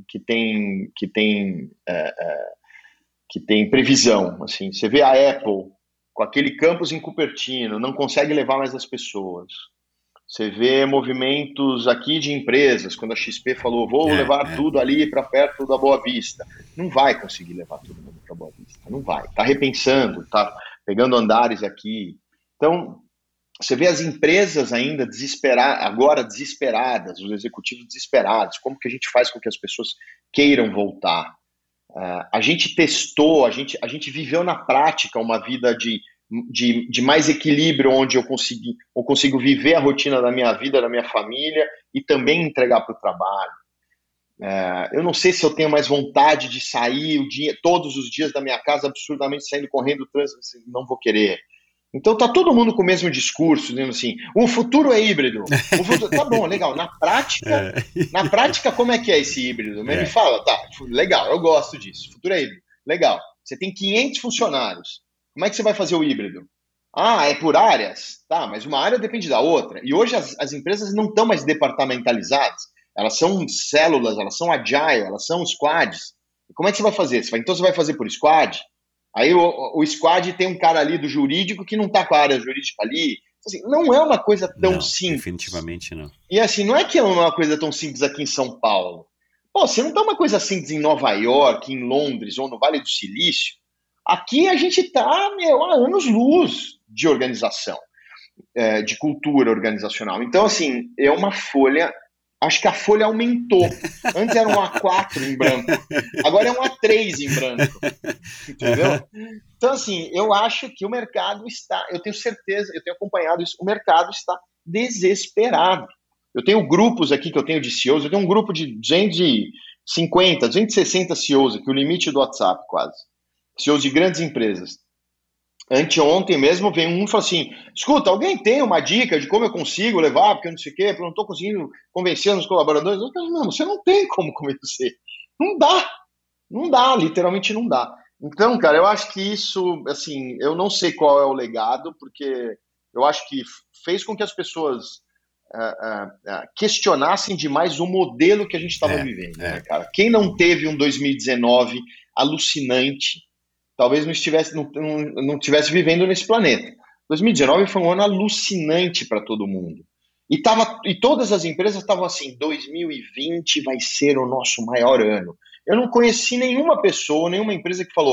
previsão. Assim, você vê a Apple com aquele campus em Cupertino, não consegue levar mais as pessoas. Você vê movimentos aqui de empresas, quando a XP falou, vou levar tudo ali para perto da Boa Vista. Não vai conseguir levar todo mundo para Boa Vista. Não vai. Está repensando, está pegando andares aqui. Então, você vê as empresas ainda desesperadas, os executivos desesperados. Como que a gente faz com que as pessoas queiram voltar? A gente testou, a gente viveu na prática uma vida de mais equilíbrio, onde eu consigo viver a rotina da minha vida, da minha família e também entregar para o trabalho. Eu não sei se eu tenho mais vontade de sair todos os dias da minha casa absurdamente saindo correndo o trânsito, não vou querer. Então tá todo mundo com o mesmo discurso, dizendo assim, o futuro é híbrido. Tá bom, legal. Na prática, como é que é esse híbrido? Me fala, tá, legal, eu gosto disso. Futuro é híbrido. Legal. Você tem 500 funcionários. Como é que você vai fazer o híbrido? É por áreas? Tá, mas uma área depende da outra. E hoje as empresas não estão mais departamentalizadas. Elas são células, elas são agile, elas são squads. E como é que você vai fazer? Então você vai fazer por squad? Aí o squad tem um cara ali do jurídico que não está com a área jurídica ali. Assim, não é uma coisa tão simples. Definitivamente não. E assim, não é que é uma coisa tão simples aqui em São Paulo. Pô, você não tá uma coisa simples em Nova York, em Londres ou no Vale do Silício. Aqui a gente está há anos-luz de organização, de cultura organizacional. Então, assim, é uma folha. Acho que a folha aumentou. Antes era um A4 em branco. Agora é um A3 em branco. Entendeu? Então, assim, eu acho que o mercado está... Eu tenho certeza, eu tenho acompanhado isso. O mercado está desesperado. Eu tenho grupos aqui que eu tenho de CEOs. Eu tenho um grupo de 250, 260 CEOs aqui, o limite do WhatsApp quase. CEOs de grandes empresas. Anteontem mesmo veio um e falou assim, escuta, alguém tem uma dica de como eu consigo levar, porque eu não sei o quê, porque eu não estou conseguindo convencer os colaboradores? Eu falei, não, você não tem como convencer. Não dá, literalmente não dá. Então, cara, eu acho que isso, assim, eu não sei qual é o legado, porque eu acho que fez com que as pessoas questionassem demais o modelo que a gente estava vivendo, né, cara? Quem não teve um 2019 alucinante, talvez não estivesse vivendo nesse planeta. 2019 foi um ano alucinante para todo mundo. E todas as empresas estavam assim, 2020 vai ser o nosso maior ano. Eu não conheci nenhuma pessoa, nenhuma empresa que falou,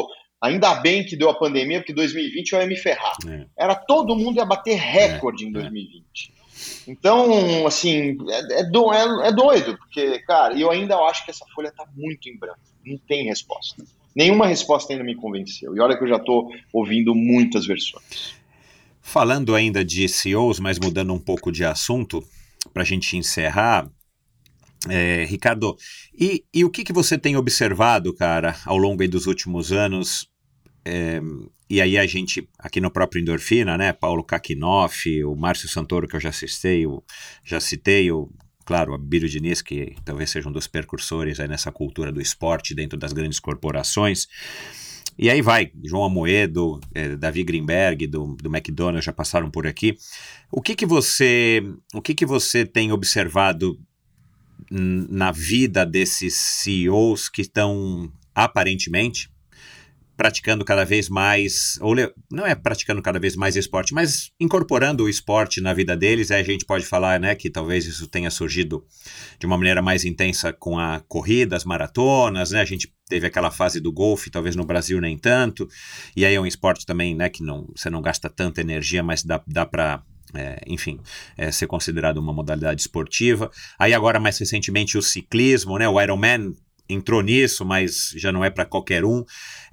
Ainda bem que deu a pandemia, porque 2020 eu ia me ferrar. Todo mundo ia bater recorde em 2020. Então, assim, é doido, porque, cara, eu ainda acho que essa folha tá muito em branco. Não tem resposta. Nenhuma resposta ainda me convenceu. E olha que eu já tô ouvindo muitas versões. Falando ainda de CEOs, mas mudando um pouco de assunto, para a gente encerrar, Ricardo, e o que você tem observado, cara, ao longo aí dos últimos anos? E aí a gente, aqui no próprio Endorfina, né, Paulo Kakinoff, o Márcio Santoro, que eu já citei, claro, o Abílio Diniz, que talvez seja um dos precursores aí nessa cultura do esporte dentro das grandes corporações. E aí vai, João Amoedo, Davi Greenberg, do McDonald's, já passaram por aqui. O que você tem observado na vida desses CEOs que estão, aparentemente, praticando cada vez mais, não é praticando cada vez mais esporte, mas incorporando o esporte na vida deles? Aí a gente pode falar, né, que talvez isso tenha surgido de uma maneira mais intensa com a corrida, as maratonas, né? A gente teve aquela fase do golfe, talvez no Brasil nem tanto, e aí é um esporte também, né, que você não gasta tanta energia, mas dá para ser considerado uma modalidade esportiva. Aí agora, mais recentemente, o ciclismo, né, o Ironman entrou nisso, mas já não é para qualquer um.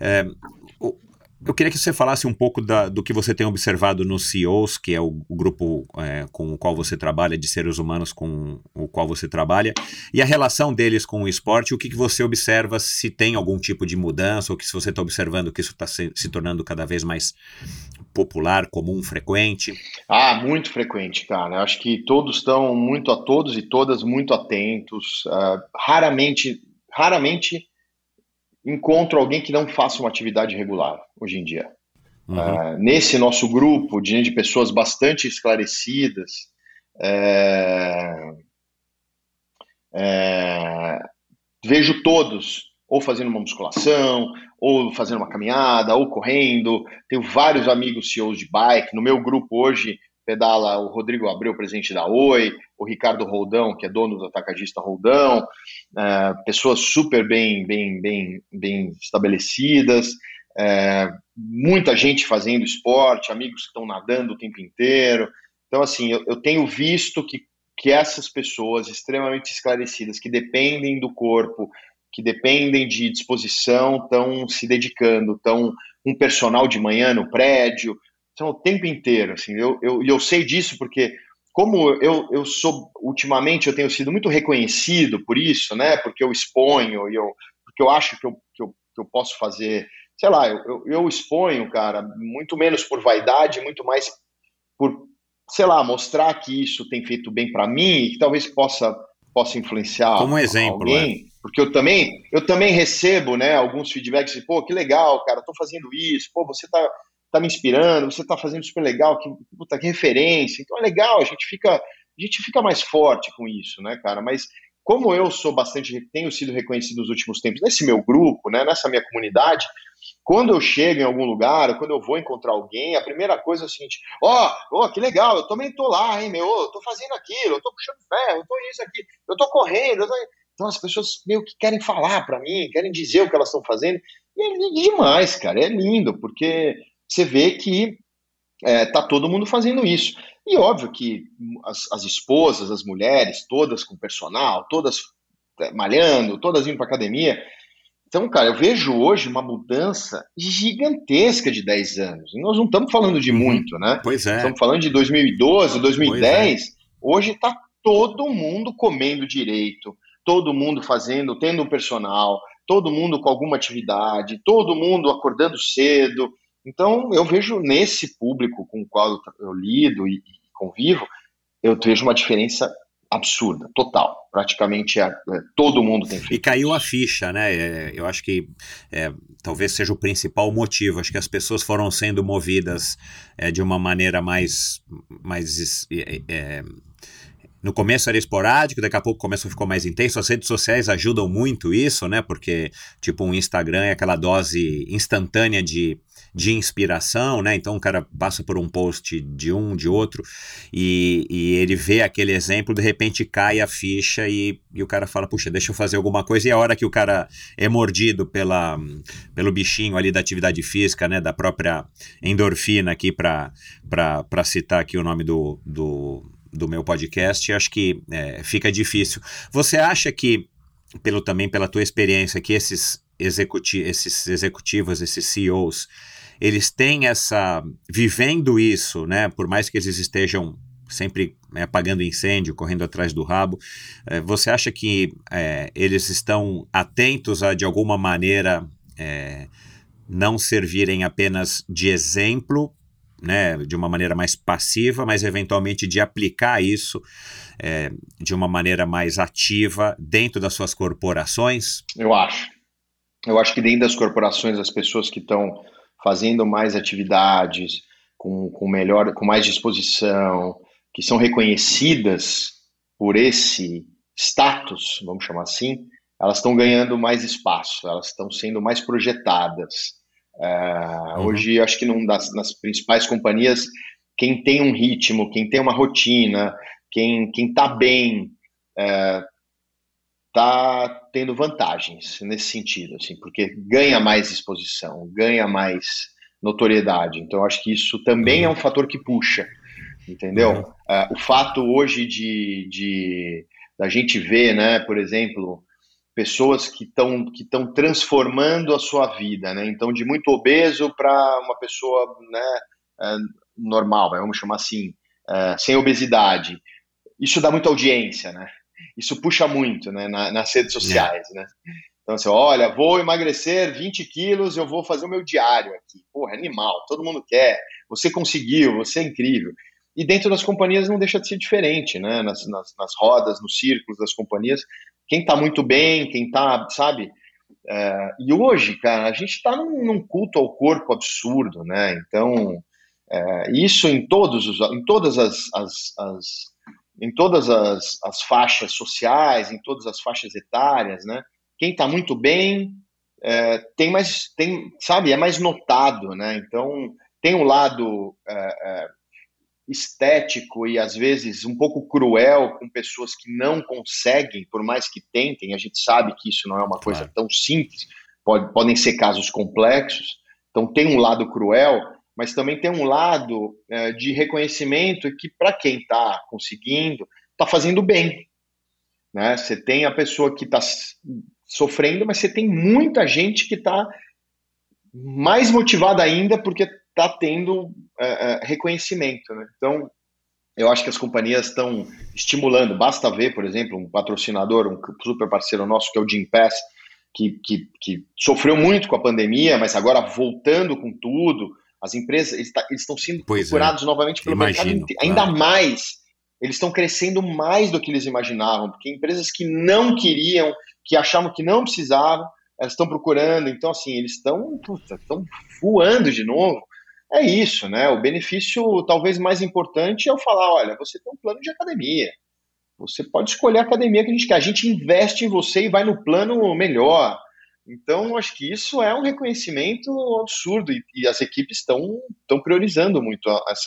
Eu queria que você falasse um pouco do que você tem observado nos CEOs, que é o grupo com o qual você trabalha, de seres humanos com o qual você trabalha, e a relação deles com o esporte. O que você observa, se tem algum tipo de mudança, ou que se você está observando que isso está se tornando cada vez mais popular, comum, frequente? Muito frequente, cara. Eu acho que todos e todas muito atentos. Raramente encontro alguém que não faça uma atividade regular hoje em dia. Nesse nosso grupo de pessoas bastante esclarecidas, vejo todos ou fazendo uma musculação, ou fazendo uma caminhada, ou correndo. Tenho vários amigos CEOs de bike. No meu grupo hoje pedala o Rodrigo Abreu, presidente da Oi, o Ricardo Roldão, que é dono do atacadista Roldão, pessoas super bem estabelecidas, muita gente fazendo esporte, amigos que estão nadando o tempo inteiro. Então, assim, eu tenho visto que essas pessoas extremamente esclarecidas, que dependem do corpo, que dependem de disposição, estão se dedicando, estão um personal de manhã no prédio, então, o tempo inteiro, assim, eu sei disso porque, como eu sou, ultimamente eu tenho sido muito reconhecido por isso, né, porque eu exponho, porque eu acho que eu posso fazer, sei lá, eu exponho, cara, muito menos por vaidade, muito mais por, sei lá, mostrar que isso tem feito bem para mim e que talvez possa influenciar como exemplo, alguém, porque eu também recebo, né, alguns feedbacks de, pô, que legal, cara, tô fazendo isso, pô, você tá me inspirando, você tá fazendo super legal, que referência. Então é legal, a gente fica mais forte com isso, né, cara? Mas como eu tenho sido reconhecido nos últimos tempos nesse meu grupo, né, nessa minha comunidade, quando eu chego em algum lugar, quando eu vou encontrar alguém, a primeira coisa é o seguinte: que legal, eu também tô lá, hein, meu, eu tô fazendo aquilo, eu tô puxando ferro, eu tô isso aqui, eu tô correndo, Então as pessoas meio que querem falar para mim, querem dizer o que elas estão fazendo, e é demais, cara, é lindo, porque você vê que tá todo mundo fazendo isso. E óbvio que as esposas, as mulheres, todas com personal, todas malhando, todas indo para academia. Então, cara, eu vejo hoje uma mudança gigantesca de 10 anos. E nós não estamos falando de muito, né? Pois é. Estamos falando de 2012, 2010. Hoje está todo mundo comendo direito, todo mundo tendo um personal, todo mundo com alguma atividade, todo mundo acordando cedo. Então, eu vejo nesse público com o qual eu lido e convivo, eu vejo uma diferença absurda, total. Praticamente todo mundo tem feito. E caiu a ficha, né? Eu acho que talvez seja o principal motivo. Acho que as pessoas foram sendo movidas de uma maneira mais No começo era esporádico, daqui a pouco ficou mais intenso. As redes sociais ajudam muito isso, né? Porque, tipo, um Instagram é aquela dose instantânea de inspiração, né? Então o cara passa por um post de um, de outro, e ele vê aquele exemplo, de repente cai a ficha e o cara fala, puxa, deixa eu fazer alguma coisa, e a hora que o cara é mordido pelo bichinho ali da atividade física, né? Da própria endorfina aqui, para citar aqui o nome do meu podcast, acho que fica difícil. Você acha que, também pela tua experiência, que esses executivos, esses CEOs, eles têm vivendo isso, né, por mais que eles estejam sempre apagando incêndio, correndo atrás do rabo, você acha que eles estão atentos a, de alguma maneira, não servirem apenas de exemplo, né, de uma maneira mais passiva, mas eventualmente de aplicar isso de uma maneira mais ativa dentro das suas corporações? Eu acho que dentro das corporações, as pessoas que estão fazendo mais atividades, com mais disposição, que são reconhecidas por esse status, vamos chamar assim, elas estão ganhando mais espaço, elas estão sendo mais projetadas. Hoje, acho que nas principais companhias, quem tem um ritmo, quem tem uma rotina, quem está bem, está tendo vantagens nesse sentido, assim, porque ganha mais exposição, ganha mais notoriedade. Então, acho que isso também é um fator que puxa, entendeu? O fato hoje da gente ver, né, por exemplo, pessoas que estão transformando a sua vida, né? Então, de muito obeso para uma pessoa, né, normal, vamos chamar assim, sem obesidade. Isso dá muita audiência, né? Isso puxa muito, né, nas redes sociais, né? Então, assim, olha, vou emagrecer 20 quilos, eu vou fazer o meu diário aqui. Porra, animal, todo mundo quer. Você conseguiu, você é incrível. E dentro das companhias não deixa de ser diferente, né? Nas rodas, nos círculos das companhias, quem está muito bem, quem está, sabe? E hoje, cara, a gente está num culto ao corpo absurdo, né? Então, isso em todas as faixas sociais, em todas as faixas etárias, né? Quem está muito bem sabe, é mais notado, né? Então, tem um lado estético e às vezes um pouco cruel com pessoas que não conseguem, por mais que tentem. A gente sabe que isso não é uma coisa tão simples, podem ser casos complexos. Então tem um lado cruel, mas também tem um lado de reconhecimento que, para quem está conseguindo, está fazendo bem, né? Você tem a pessoa que está sofrendo, mas você tem muita gente que está mais motivada ainda porque está tendo reconhecimento, né? Então, eu acho que as companhias estão estimulando. Basta ver, por exemplo, um patrocinador, um super parceiro nosso, que é o Gympass, que sofreu muito com a pandemia, mas agora voltando com tudo. As empresas eles estão sendo procurados novamente pelo mercado inteiro. Ainda mais, eles estão crescendo mais do que eles imaginavam, porque empresas que não queriam, que achavam que não precisavam, elas estão procurando. Então, assim, eles estão voando de novo. É isso, né? O benefício talvez mais importante é eu falar, olha, você tem um plano de academia. Você pode escolher a academia que a gente quer. A gente investe em você e vai no plano melhor. Então, acho que isso é um reconhecimento absurdo e as equipes estão priorizando muito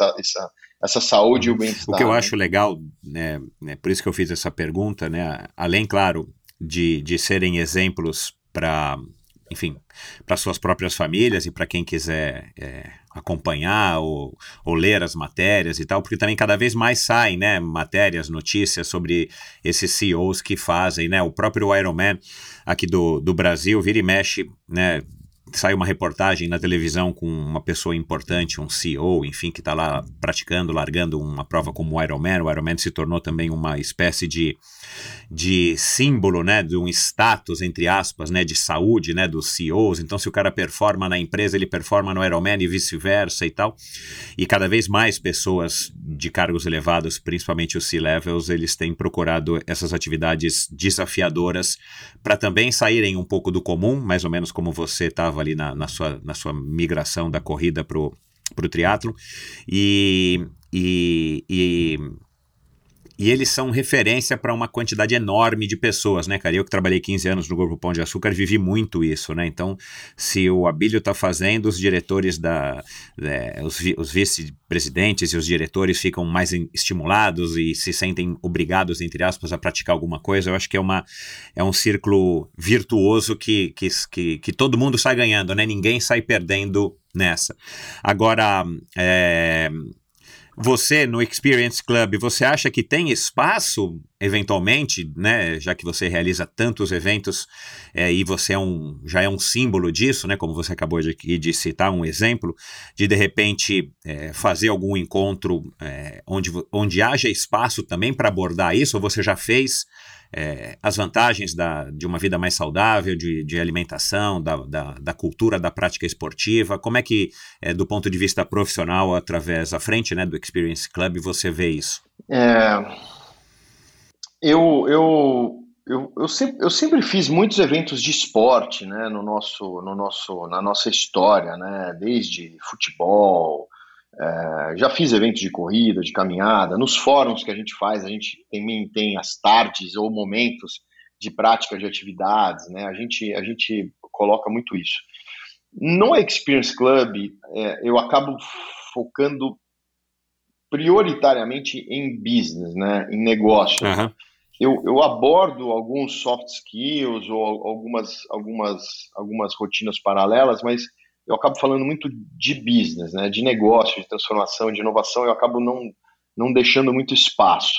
essa saúde e o bem-estar. O que eu acho legal, né, por isso que eu fiz essa pergunta, né, além, claro, de serem exemplos para, enfim, para suas próprias famílias e para quem quiser acompanhar ou ler as matérias e tal, porque também cada vez mais saem, né, matérias, notícias sobre esses CEOs que fazem, né, o próprio Ironman aqui do Brasil, vira e mexe, né, sai uma reportagem na televisão com uma pessoa importante, um CEO, enfim, que está lá praticando, largando uma prova como o Ironman. O Ironman se tornou também uma espécie de símbolo, né, de um status, entre aspas, né, de saúde, né, dos CEOs. Então, se o cara performa na empresa, ele performa no Ironman e vice-versa e tal. E cada vez mais pessoas de cargos elevados, principalmente os C-levels, eles têm procurado essas atividades desafiadoras para também saírem um pouco do comum, mais ou menos como você estava ali na sua migração da corrida pro triatlon. E E eles são referência para uma quantidade enorme de pessoas, né, cara? Eu que trabalhei 15 anos no Grupo Pão de Açúcar, vivi muito isso, né? Então, se o Abílio está fazendo, os diretores, os vice-presidentes e os diretores ficam mais estimulados e se sentem obrigados, entre aspas, a praticar alguma coisa, eu acho que é um círculo virtuoso que todo mundo sai ganhando, né? Ninguém sai perdendo nessa. Agora, você, no Experience Club, você acha que tem espaço, eventualmente, né, já que você realiza tantos eventos e você já é um símbolo disso, né, como você acabou de citar um exemplo, de repente, fazer algum encontro onde haja espaço também para abordar isso, ou você já fez as vantagens de uma vida mais saudável, de alimentação, da cultura, da prática esportiva? Como é que, do ponto de vista profissional, através à frente, né, do Experience Club, você vê isso? Eu sempre fiz muitos eventos de esporte, né, na nossa história, né, desde futebol. Já fiz eventos de corrida, de caminhada, nos fóruns que a gente faz, a gente também tem as tardes ou momentos de prática de atividades, né? A gente coloca muito isso. No Experience Club, eu acabo focando prioritariamente em business, né? Em negócio. Uhum. Eu abordo alguns soft skills ou algumas rotinas paralelas, mas eu acabo falando muito de business, né, de negócio, de transformação, de inovação. Eu acabo não deixando muito espaço,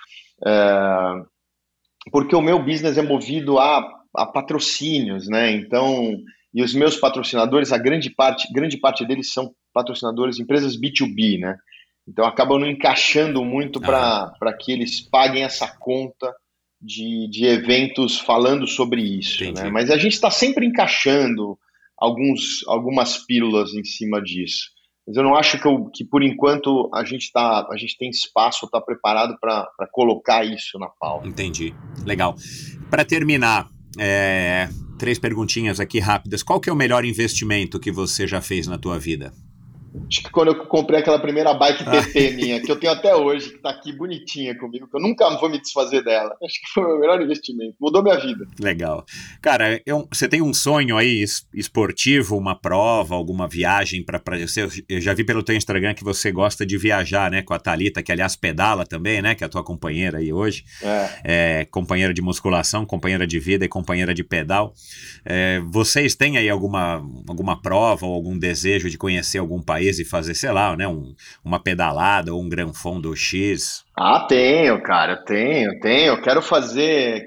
porque o meu business é movido a patrocínios, né? Então, e os meus patrocinadores, a grande parte deles são patrocinadores, empresas B2B, né? Então, acabam não encaixando muito para que eles paguem essa conta de eventos falando sobre isso, né? Mas a gente está sempre encaixando algumas pílulas em cima disso. Mas eu não acho que por enquanto a gente tem espaço, está preparado para colocar isso na pauta. Entendi. Legal. Para terminar, 3 perguntinhas aqui rápidas. Qual que é o melhor investimento que você já fez na tua vida? Acho que quando eu comprei aquela primeira bike TT minha, que eu tenho até hoje, que tá aqui bonitinha comigo, que eu nunca vou me desfazer dela. Acho que foi o meu melhor investimento. Mudou minha vida. Legal. Cara, você tem um sonho aí esportivo, uma prova, alguma viagem para você? Eu já vi pelo teu Instagram que você gosta de viajar, né? Com a Thalita, que aliás pedala também, né? Que é a tua companheira aí hoje. Companheira de musculação, companheira de vida e companheira de pedal. Vocês têm aí alguma prova ou algum desejo de conhecer algum país e fazer, sei lá, né, uma pedalada ou um Gran Fondo X? Tenho, cara, tenho. Quero fazer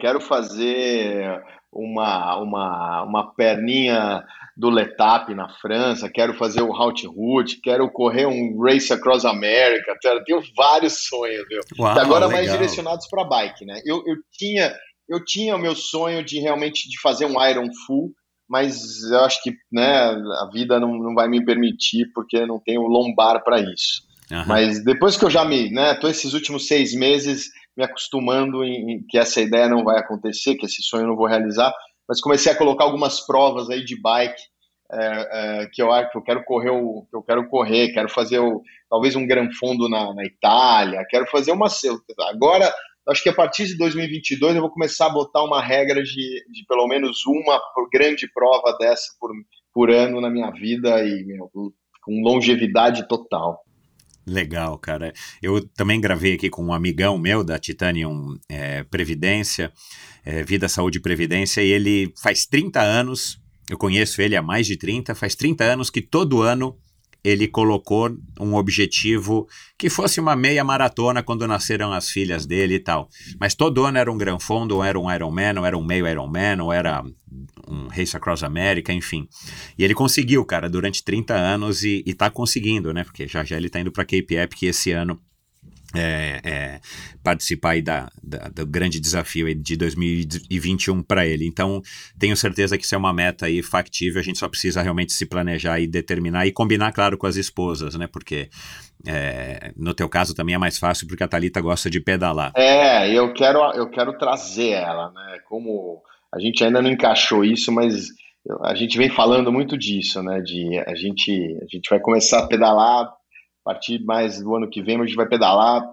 uma perninha do Letap na França, quero fazer o Haute Route, quero correr um Race Across America, tenho vários sonhos, viu? Uau, que agora legal. Mais direcionados para bike, né? Eu tinha o meu sonho de realmente de fazer um Iron Full, mas eu acho que, né, a vida não vai me permitir, porque não tenho lombar para isso. Uhum. Mas depois que eu já tô esses últimos 6 meses me acostumando em que essa ideia não vai acontecer, que esse sonho eu não vou realizar, mas comecei a colocar algumas provas aí de bike que eu quero correr, quero fazer talvez um Gran Fondo na Itália, quero fazer agora. Acho que a partir de 2022 eu vou começar a botar uma regra de pelo menos uma grande prova dessa por ano na minha vida e com longevidade total. Legal, cara. Eu também gravei aqui com um amigão meu da Titanium Previdência, Vida, Saúde e Previdência, e ele faz 30 anos, eu conheço ele há mais de 30, faz 30 anos que todo ano ele colocou um objetivo que fosse uma meia maratona quando nasceram as filhas dele e tal. Mas todo ano era um Gran Fondo, ou era um Ironman, ou era um meio Ironman, ou era um Race Across America, enfim. E ele conseguiu, cara, durante 30 anos e tá conseguindo, né? Porque já ele tá indo pra Cape Epic esse ano participar aí do grande desafio aí de 2021 para ele. Então, tenho certeza que isso é uma meta aí factível, a gente só precisa realmente se planejar e determinar e combinar, claro, com as esposas, né? Porque no teu caso também é mais fácil porque a Thalita gosta de pedalar. Eu quero trazer ela, né? Como a gente ainda não encaixou isso, mas a gente vem falando muito disso, né? A gente vai começar a pedalar a partir mais do ano que vem, a gente vai pedalar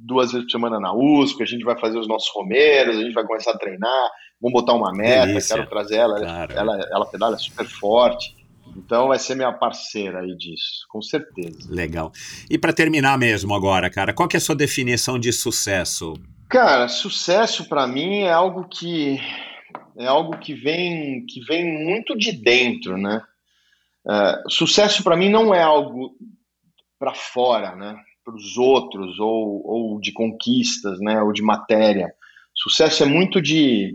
2 vezes por semana na USP, a gente vai fazer os nossos romeiros, a gente vai começar a treinar, vamos botar uma meta, Delícia. Quero trazer ela, Claro. ela pedala super forte, então vai ser minha parceira aí disso, com certeza. Legal. E para terminar mesmo agora, cara, qual que é a sua definição de sucesso? Cara, sucesso para mim é algo que vem muito de dentro, né? Sucesso para mim não é algo para fora, né? Para os outros ou de conquistas, né? Ou de matéria. Sucesso é muito de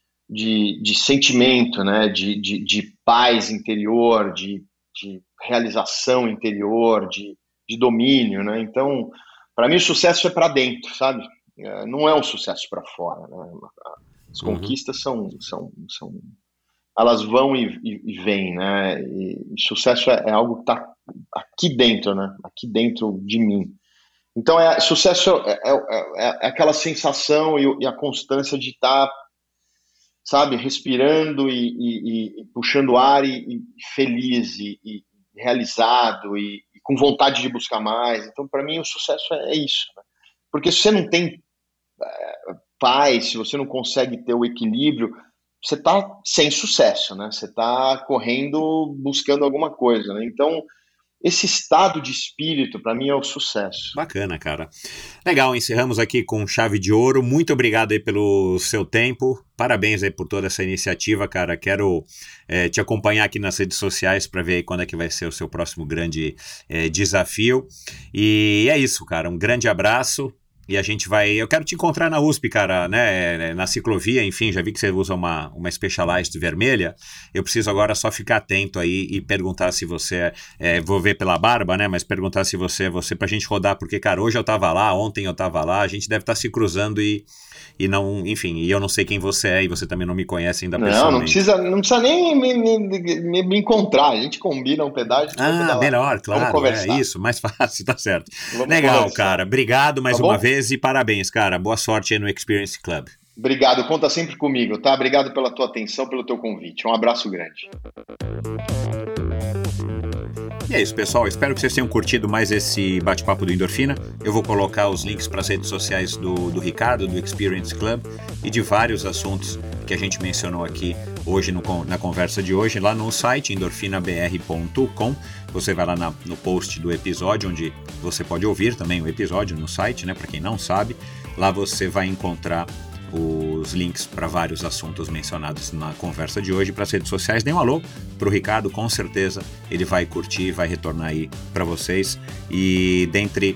sentimento, né? De paz interior, de realização interior, de domínio, né? Então, para mim o sucesso é para dentro, sabe? Não é um sucesso para fora, né? As conquistas são elas vão e vêm, né? E sucesso é algo que está aqui dentro, né? Aqui dentro de mim. Então, sucesso é aquela sensação e a constância de estar, sabe, respirando e puxando ar e feliz e realizado e com vontade de buscar mais. Então, para mim, o sucesso é isso, né? Porque se você não tem paz, se você não consegue ter o equilíbrio, você está sem sucesso, né? Você está correndo, buscando alguma coisa, né? Então, esse estado de espírito, para mim, é o sucesso. Bacana, cara. Legal, encerramos aqui com chave de ouro. Muito obrigado aí pelo seu tempo. Parabéns aí por toda essa iniciativa, cara. Quero te acompanhar aqui nas redes sociais para ver aí quando é que vai ser o seu próximo grande desafio. E é isso, cara. Um grande abraço. E a gente vai... Eu quero te encontrar na USP, cara, né? Na ciclovia, enfim, já vi que você usa uma Specialized vermelha. Eu preciso agora só ficar atento aí e perguntar se você... vou ver pela barba, né? Mas perguntar se você é você pra gente rodar. Porque, cara, hoje eu tava lá, ontem eu tava lá. A gente deve estar se cruzando e não... Enfim, e eu não sei quem você é e você também não me conhece ainda pessoalmente. Não precisa nem me encontrar. A gente combina um pedágio. Melhor, claro. É isso, mais fácil, tá certo. Legal, cara. Obrigado mais uma vez. E parabéns, cara. Boa sorte aí no Experience Club. Obrigado, conta sempre comigo, tá? Obrigado pela tua atenção, pelo teu convite. Um abraço grande. E é isso, pessoal. Espero que vocês tenham curtido mais esse bate-papo do Endorfina. Eu vou colocar os links para as redes sociais do Ricardo, do Experience Club e de vários assuntos que a gente mencionou aqui hoje na conversa de hoje, lá no site endorfinabr.com. Você vai lá no post do episódio, onde você pode ouvir também o episódio no site, né? Para quem não sabe, lá você vai encontrar os links para vários assuntos mencionados na conversa de hoje. Para as redes sociais, dê um alô para o Ricardo, com certeza ele vai curtir, vai retornar aí para vocês. E dentre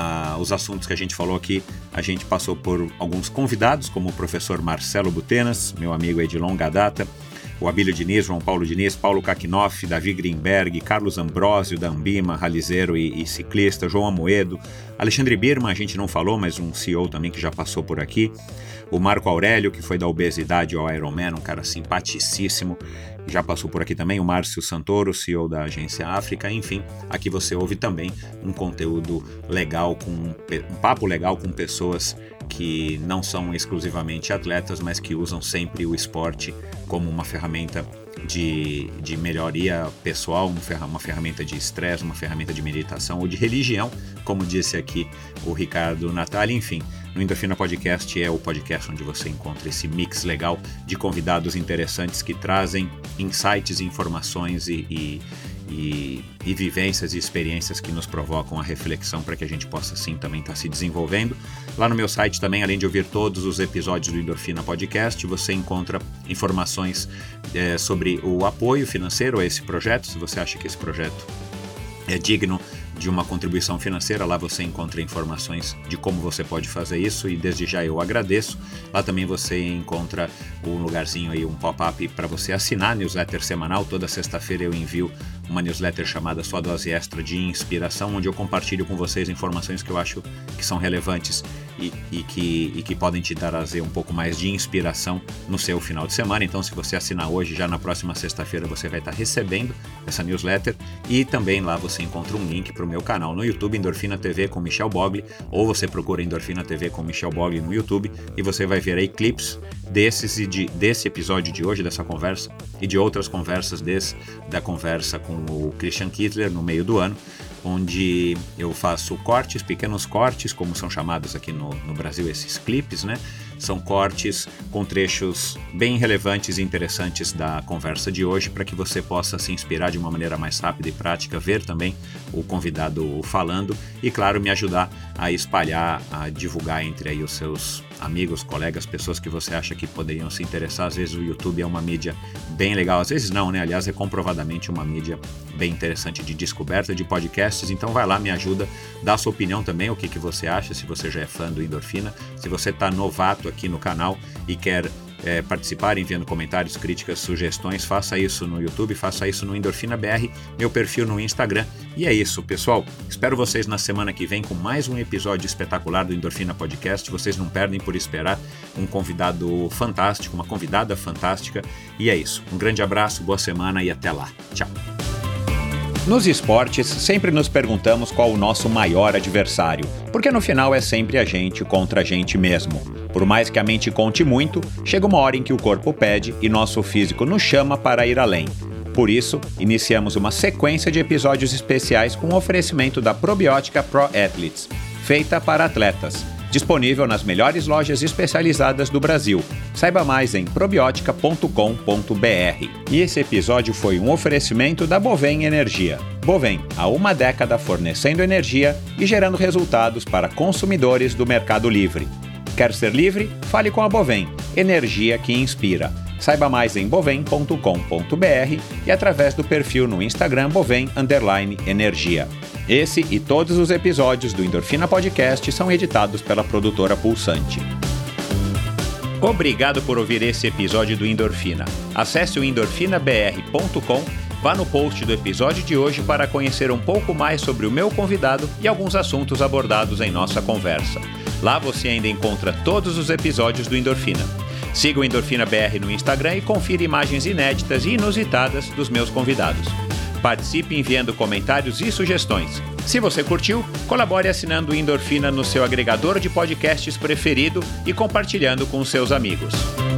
os assuntos que a gente falou aqui, a gente passou por alguns convidados, como o professor Marcelo Butenas, meu amigo aí de longa data, o Abílio Diniz, João Paulo Diniz, Paulo Kakinoff, Davi Greenberg, Carlos Ambrosio, da Ambima, ralizeiro e ciclista, João Amoedo, Alexandre Birman, a gente não falou, mas um CEO também que já passou por aqui, o Marco Aurélio, que foi da obesidade ao Ironman, um cara simpaticíssimo, já passou por aqui também, o Márcio Santoro, CEO da Agência África, enfim, aqui você ouve também um conteúdo legal, um papo legal com pessoas que não são exclusivamente atletas, mas que usam sempre o esporte como uma ferramenta de melhoria pessoal, uma ferramenta de estresse, uma ferramenta de meditação ou de religião, como disse aqui o Ricardo Natali. Enfim, no Endorfina Podcast é o podcast onde você encontra esse mix legal de convidados interessantes que trazem insights, informações e vivências e experiências que nos provocam a reflexão para que a gente possa sim também estar se desenvolvendo. Lá no meu site também, além de ouvir todos os episódios do Endorfina Podcast, você encontra informações sobre o apoio financeiro a esse projeto. Se você acha que esse projeto é digno de uma contribuição financeira, lá você encontra informações de como você pode fazer isso e desde já eu agradeço. Lá também você encontra um lugarzinho aí, um pop-up para você assinar a newsletter semanal. Toda sexta-feira eu envio uma newsletter chamada Sua Dose Extra de Inspiração, onde eu compartilho com vocês informações que eu acho que são relevantes e que podem te trazer um pouco mais de inspiração no seu final de semana. Então, se você assinar hoje, já na próxima sexta-feira você vai estar recebendo essa newsletter. E também lá você encontra um link para o meu canal no YouTube, Endorfina TV com Michel Bogli, ou você procura Endorfina TV com Michel Bogli no YouTube e você vai ver aí clipes desses e desse episódio de hoje, dessa conversa, e de outras conversas da conversa com o Christian Kittler no meio do ano, onde eu faço cortes, pequenos cortes, como são chamados aqui no Brasil esses clipes, né? São cortes com trechos bem relevantes e interessantes da conversa de hoje, para que você possa se inspirar de uma maneira mais rápida e prática, ver também o convidado falando e, claro, me ajudar a espalhar, a divulgar entre aí os seus amigos, colegas, pessoas que você acha que poderiam se interessar. Às vezes o YouTube é uma mídia bem legal, às vezes não, né? Aliás, é comprovadamente uma mídia bem interessante de descoberta de podcasts. Então vai lá, me ajuda, dá a sua opinião também, o que você acha, se você já é fã do Endorfina, se você está novato aqui no canal e quer participar enviando comentários, críticas, sugestões, faça isso no YouTube, faça isso no Endorfina BR, meu perfil no Instagram. E é isso, pessoal. Espero vocês na semana que vem com mais um episódio espetacular do Endorfina Podcast. Vocês não perdem por esperar um convidado fantástico, uma convidada fantástica. E é isso. Um grande abraço, boa semana e até lá. Tchau. Nos esportes, sempre nos perguntamos qual o nosso maior adversário, porque no final é sempre a gente contra a gente mesmo. Por mais que a mente conte muito, chega uma hora em que o corpo pede e nosso físico nos chama para ir além. Por isso, iniciamos uma sequência de episódios especiais com o oferecimento da probiótica Pro Athletes, feita para atletas. Disponível nas melhores lojas especializadas do Brasil. Saiba mais em probiotica.com.br. E esse episódio foi um oferecimento da Bovem Energia. Bovem, há uma década fornecendo energia e gerando resultados para consumidores do Mercado Livre. Quer ser livre? Fale com a Bovem, energia que inspira. Saiba mais em bovem.com.br e através do perfil no Instagram Bovem_Energia. Esse e todos os episódios do Endorfina Podcast são editados pela produtora Pulsante. Obrigado por ouvir esse episódio do Endorfina. Acesse o endorfinabr.com, vá no post do episódio de hoje para conhecer um pouco mais sobre o meu convidado e alguns assuntos abordados em nossa conversa. Lá você ainda encontra todos os episódios do Endorfina. Siga o Endorfina BR no Instagram e confira imagens inéditas e inusitadas dos meus convidados. Participe enviando comentários e sugestões. Se você curtiu, colabore assinando o Endorfina no seu agregador de podcasts preferido e compartilhando com seus amigos.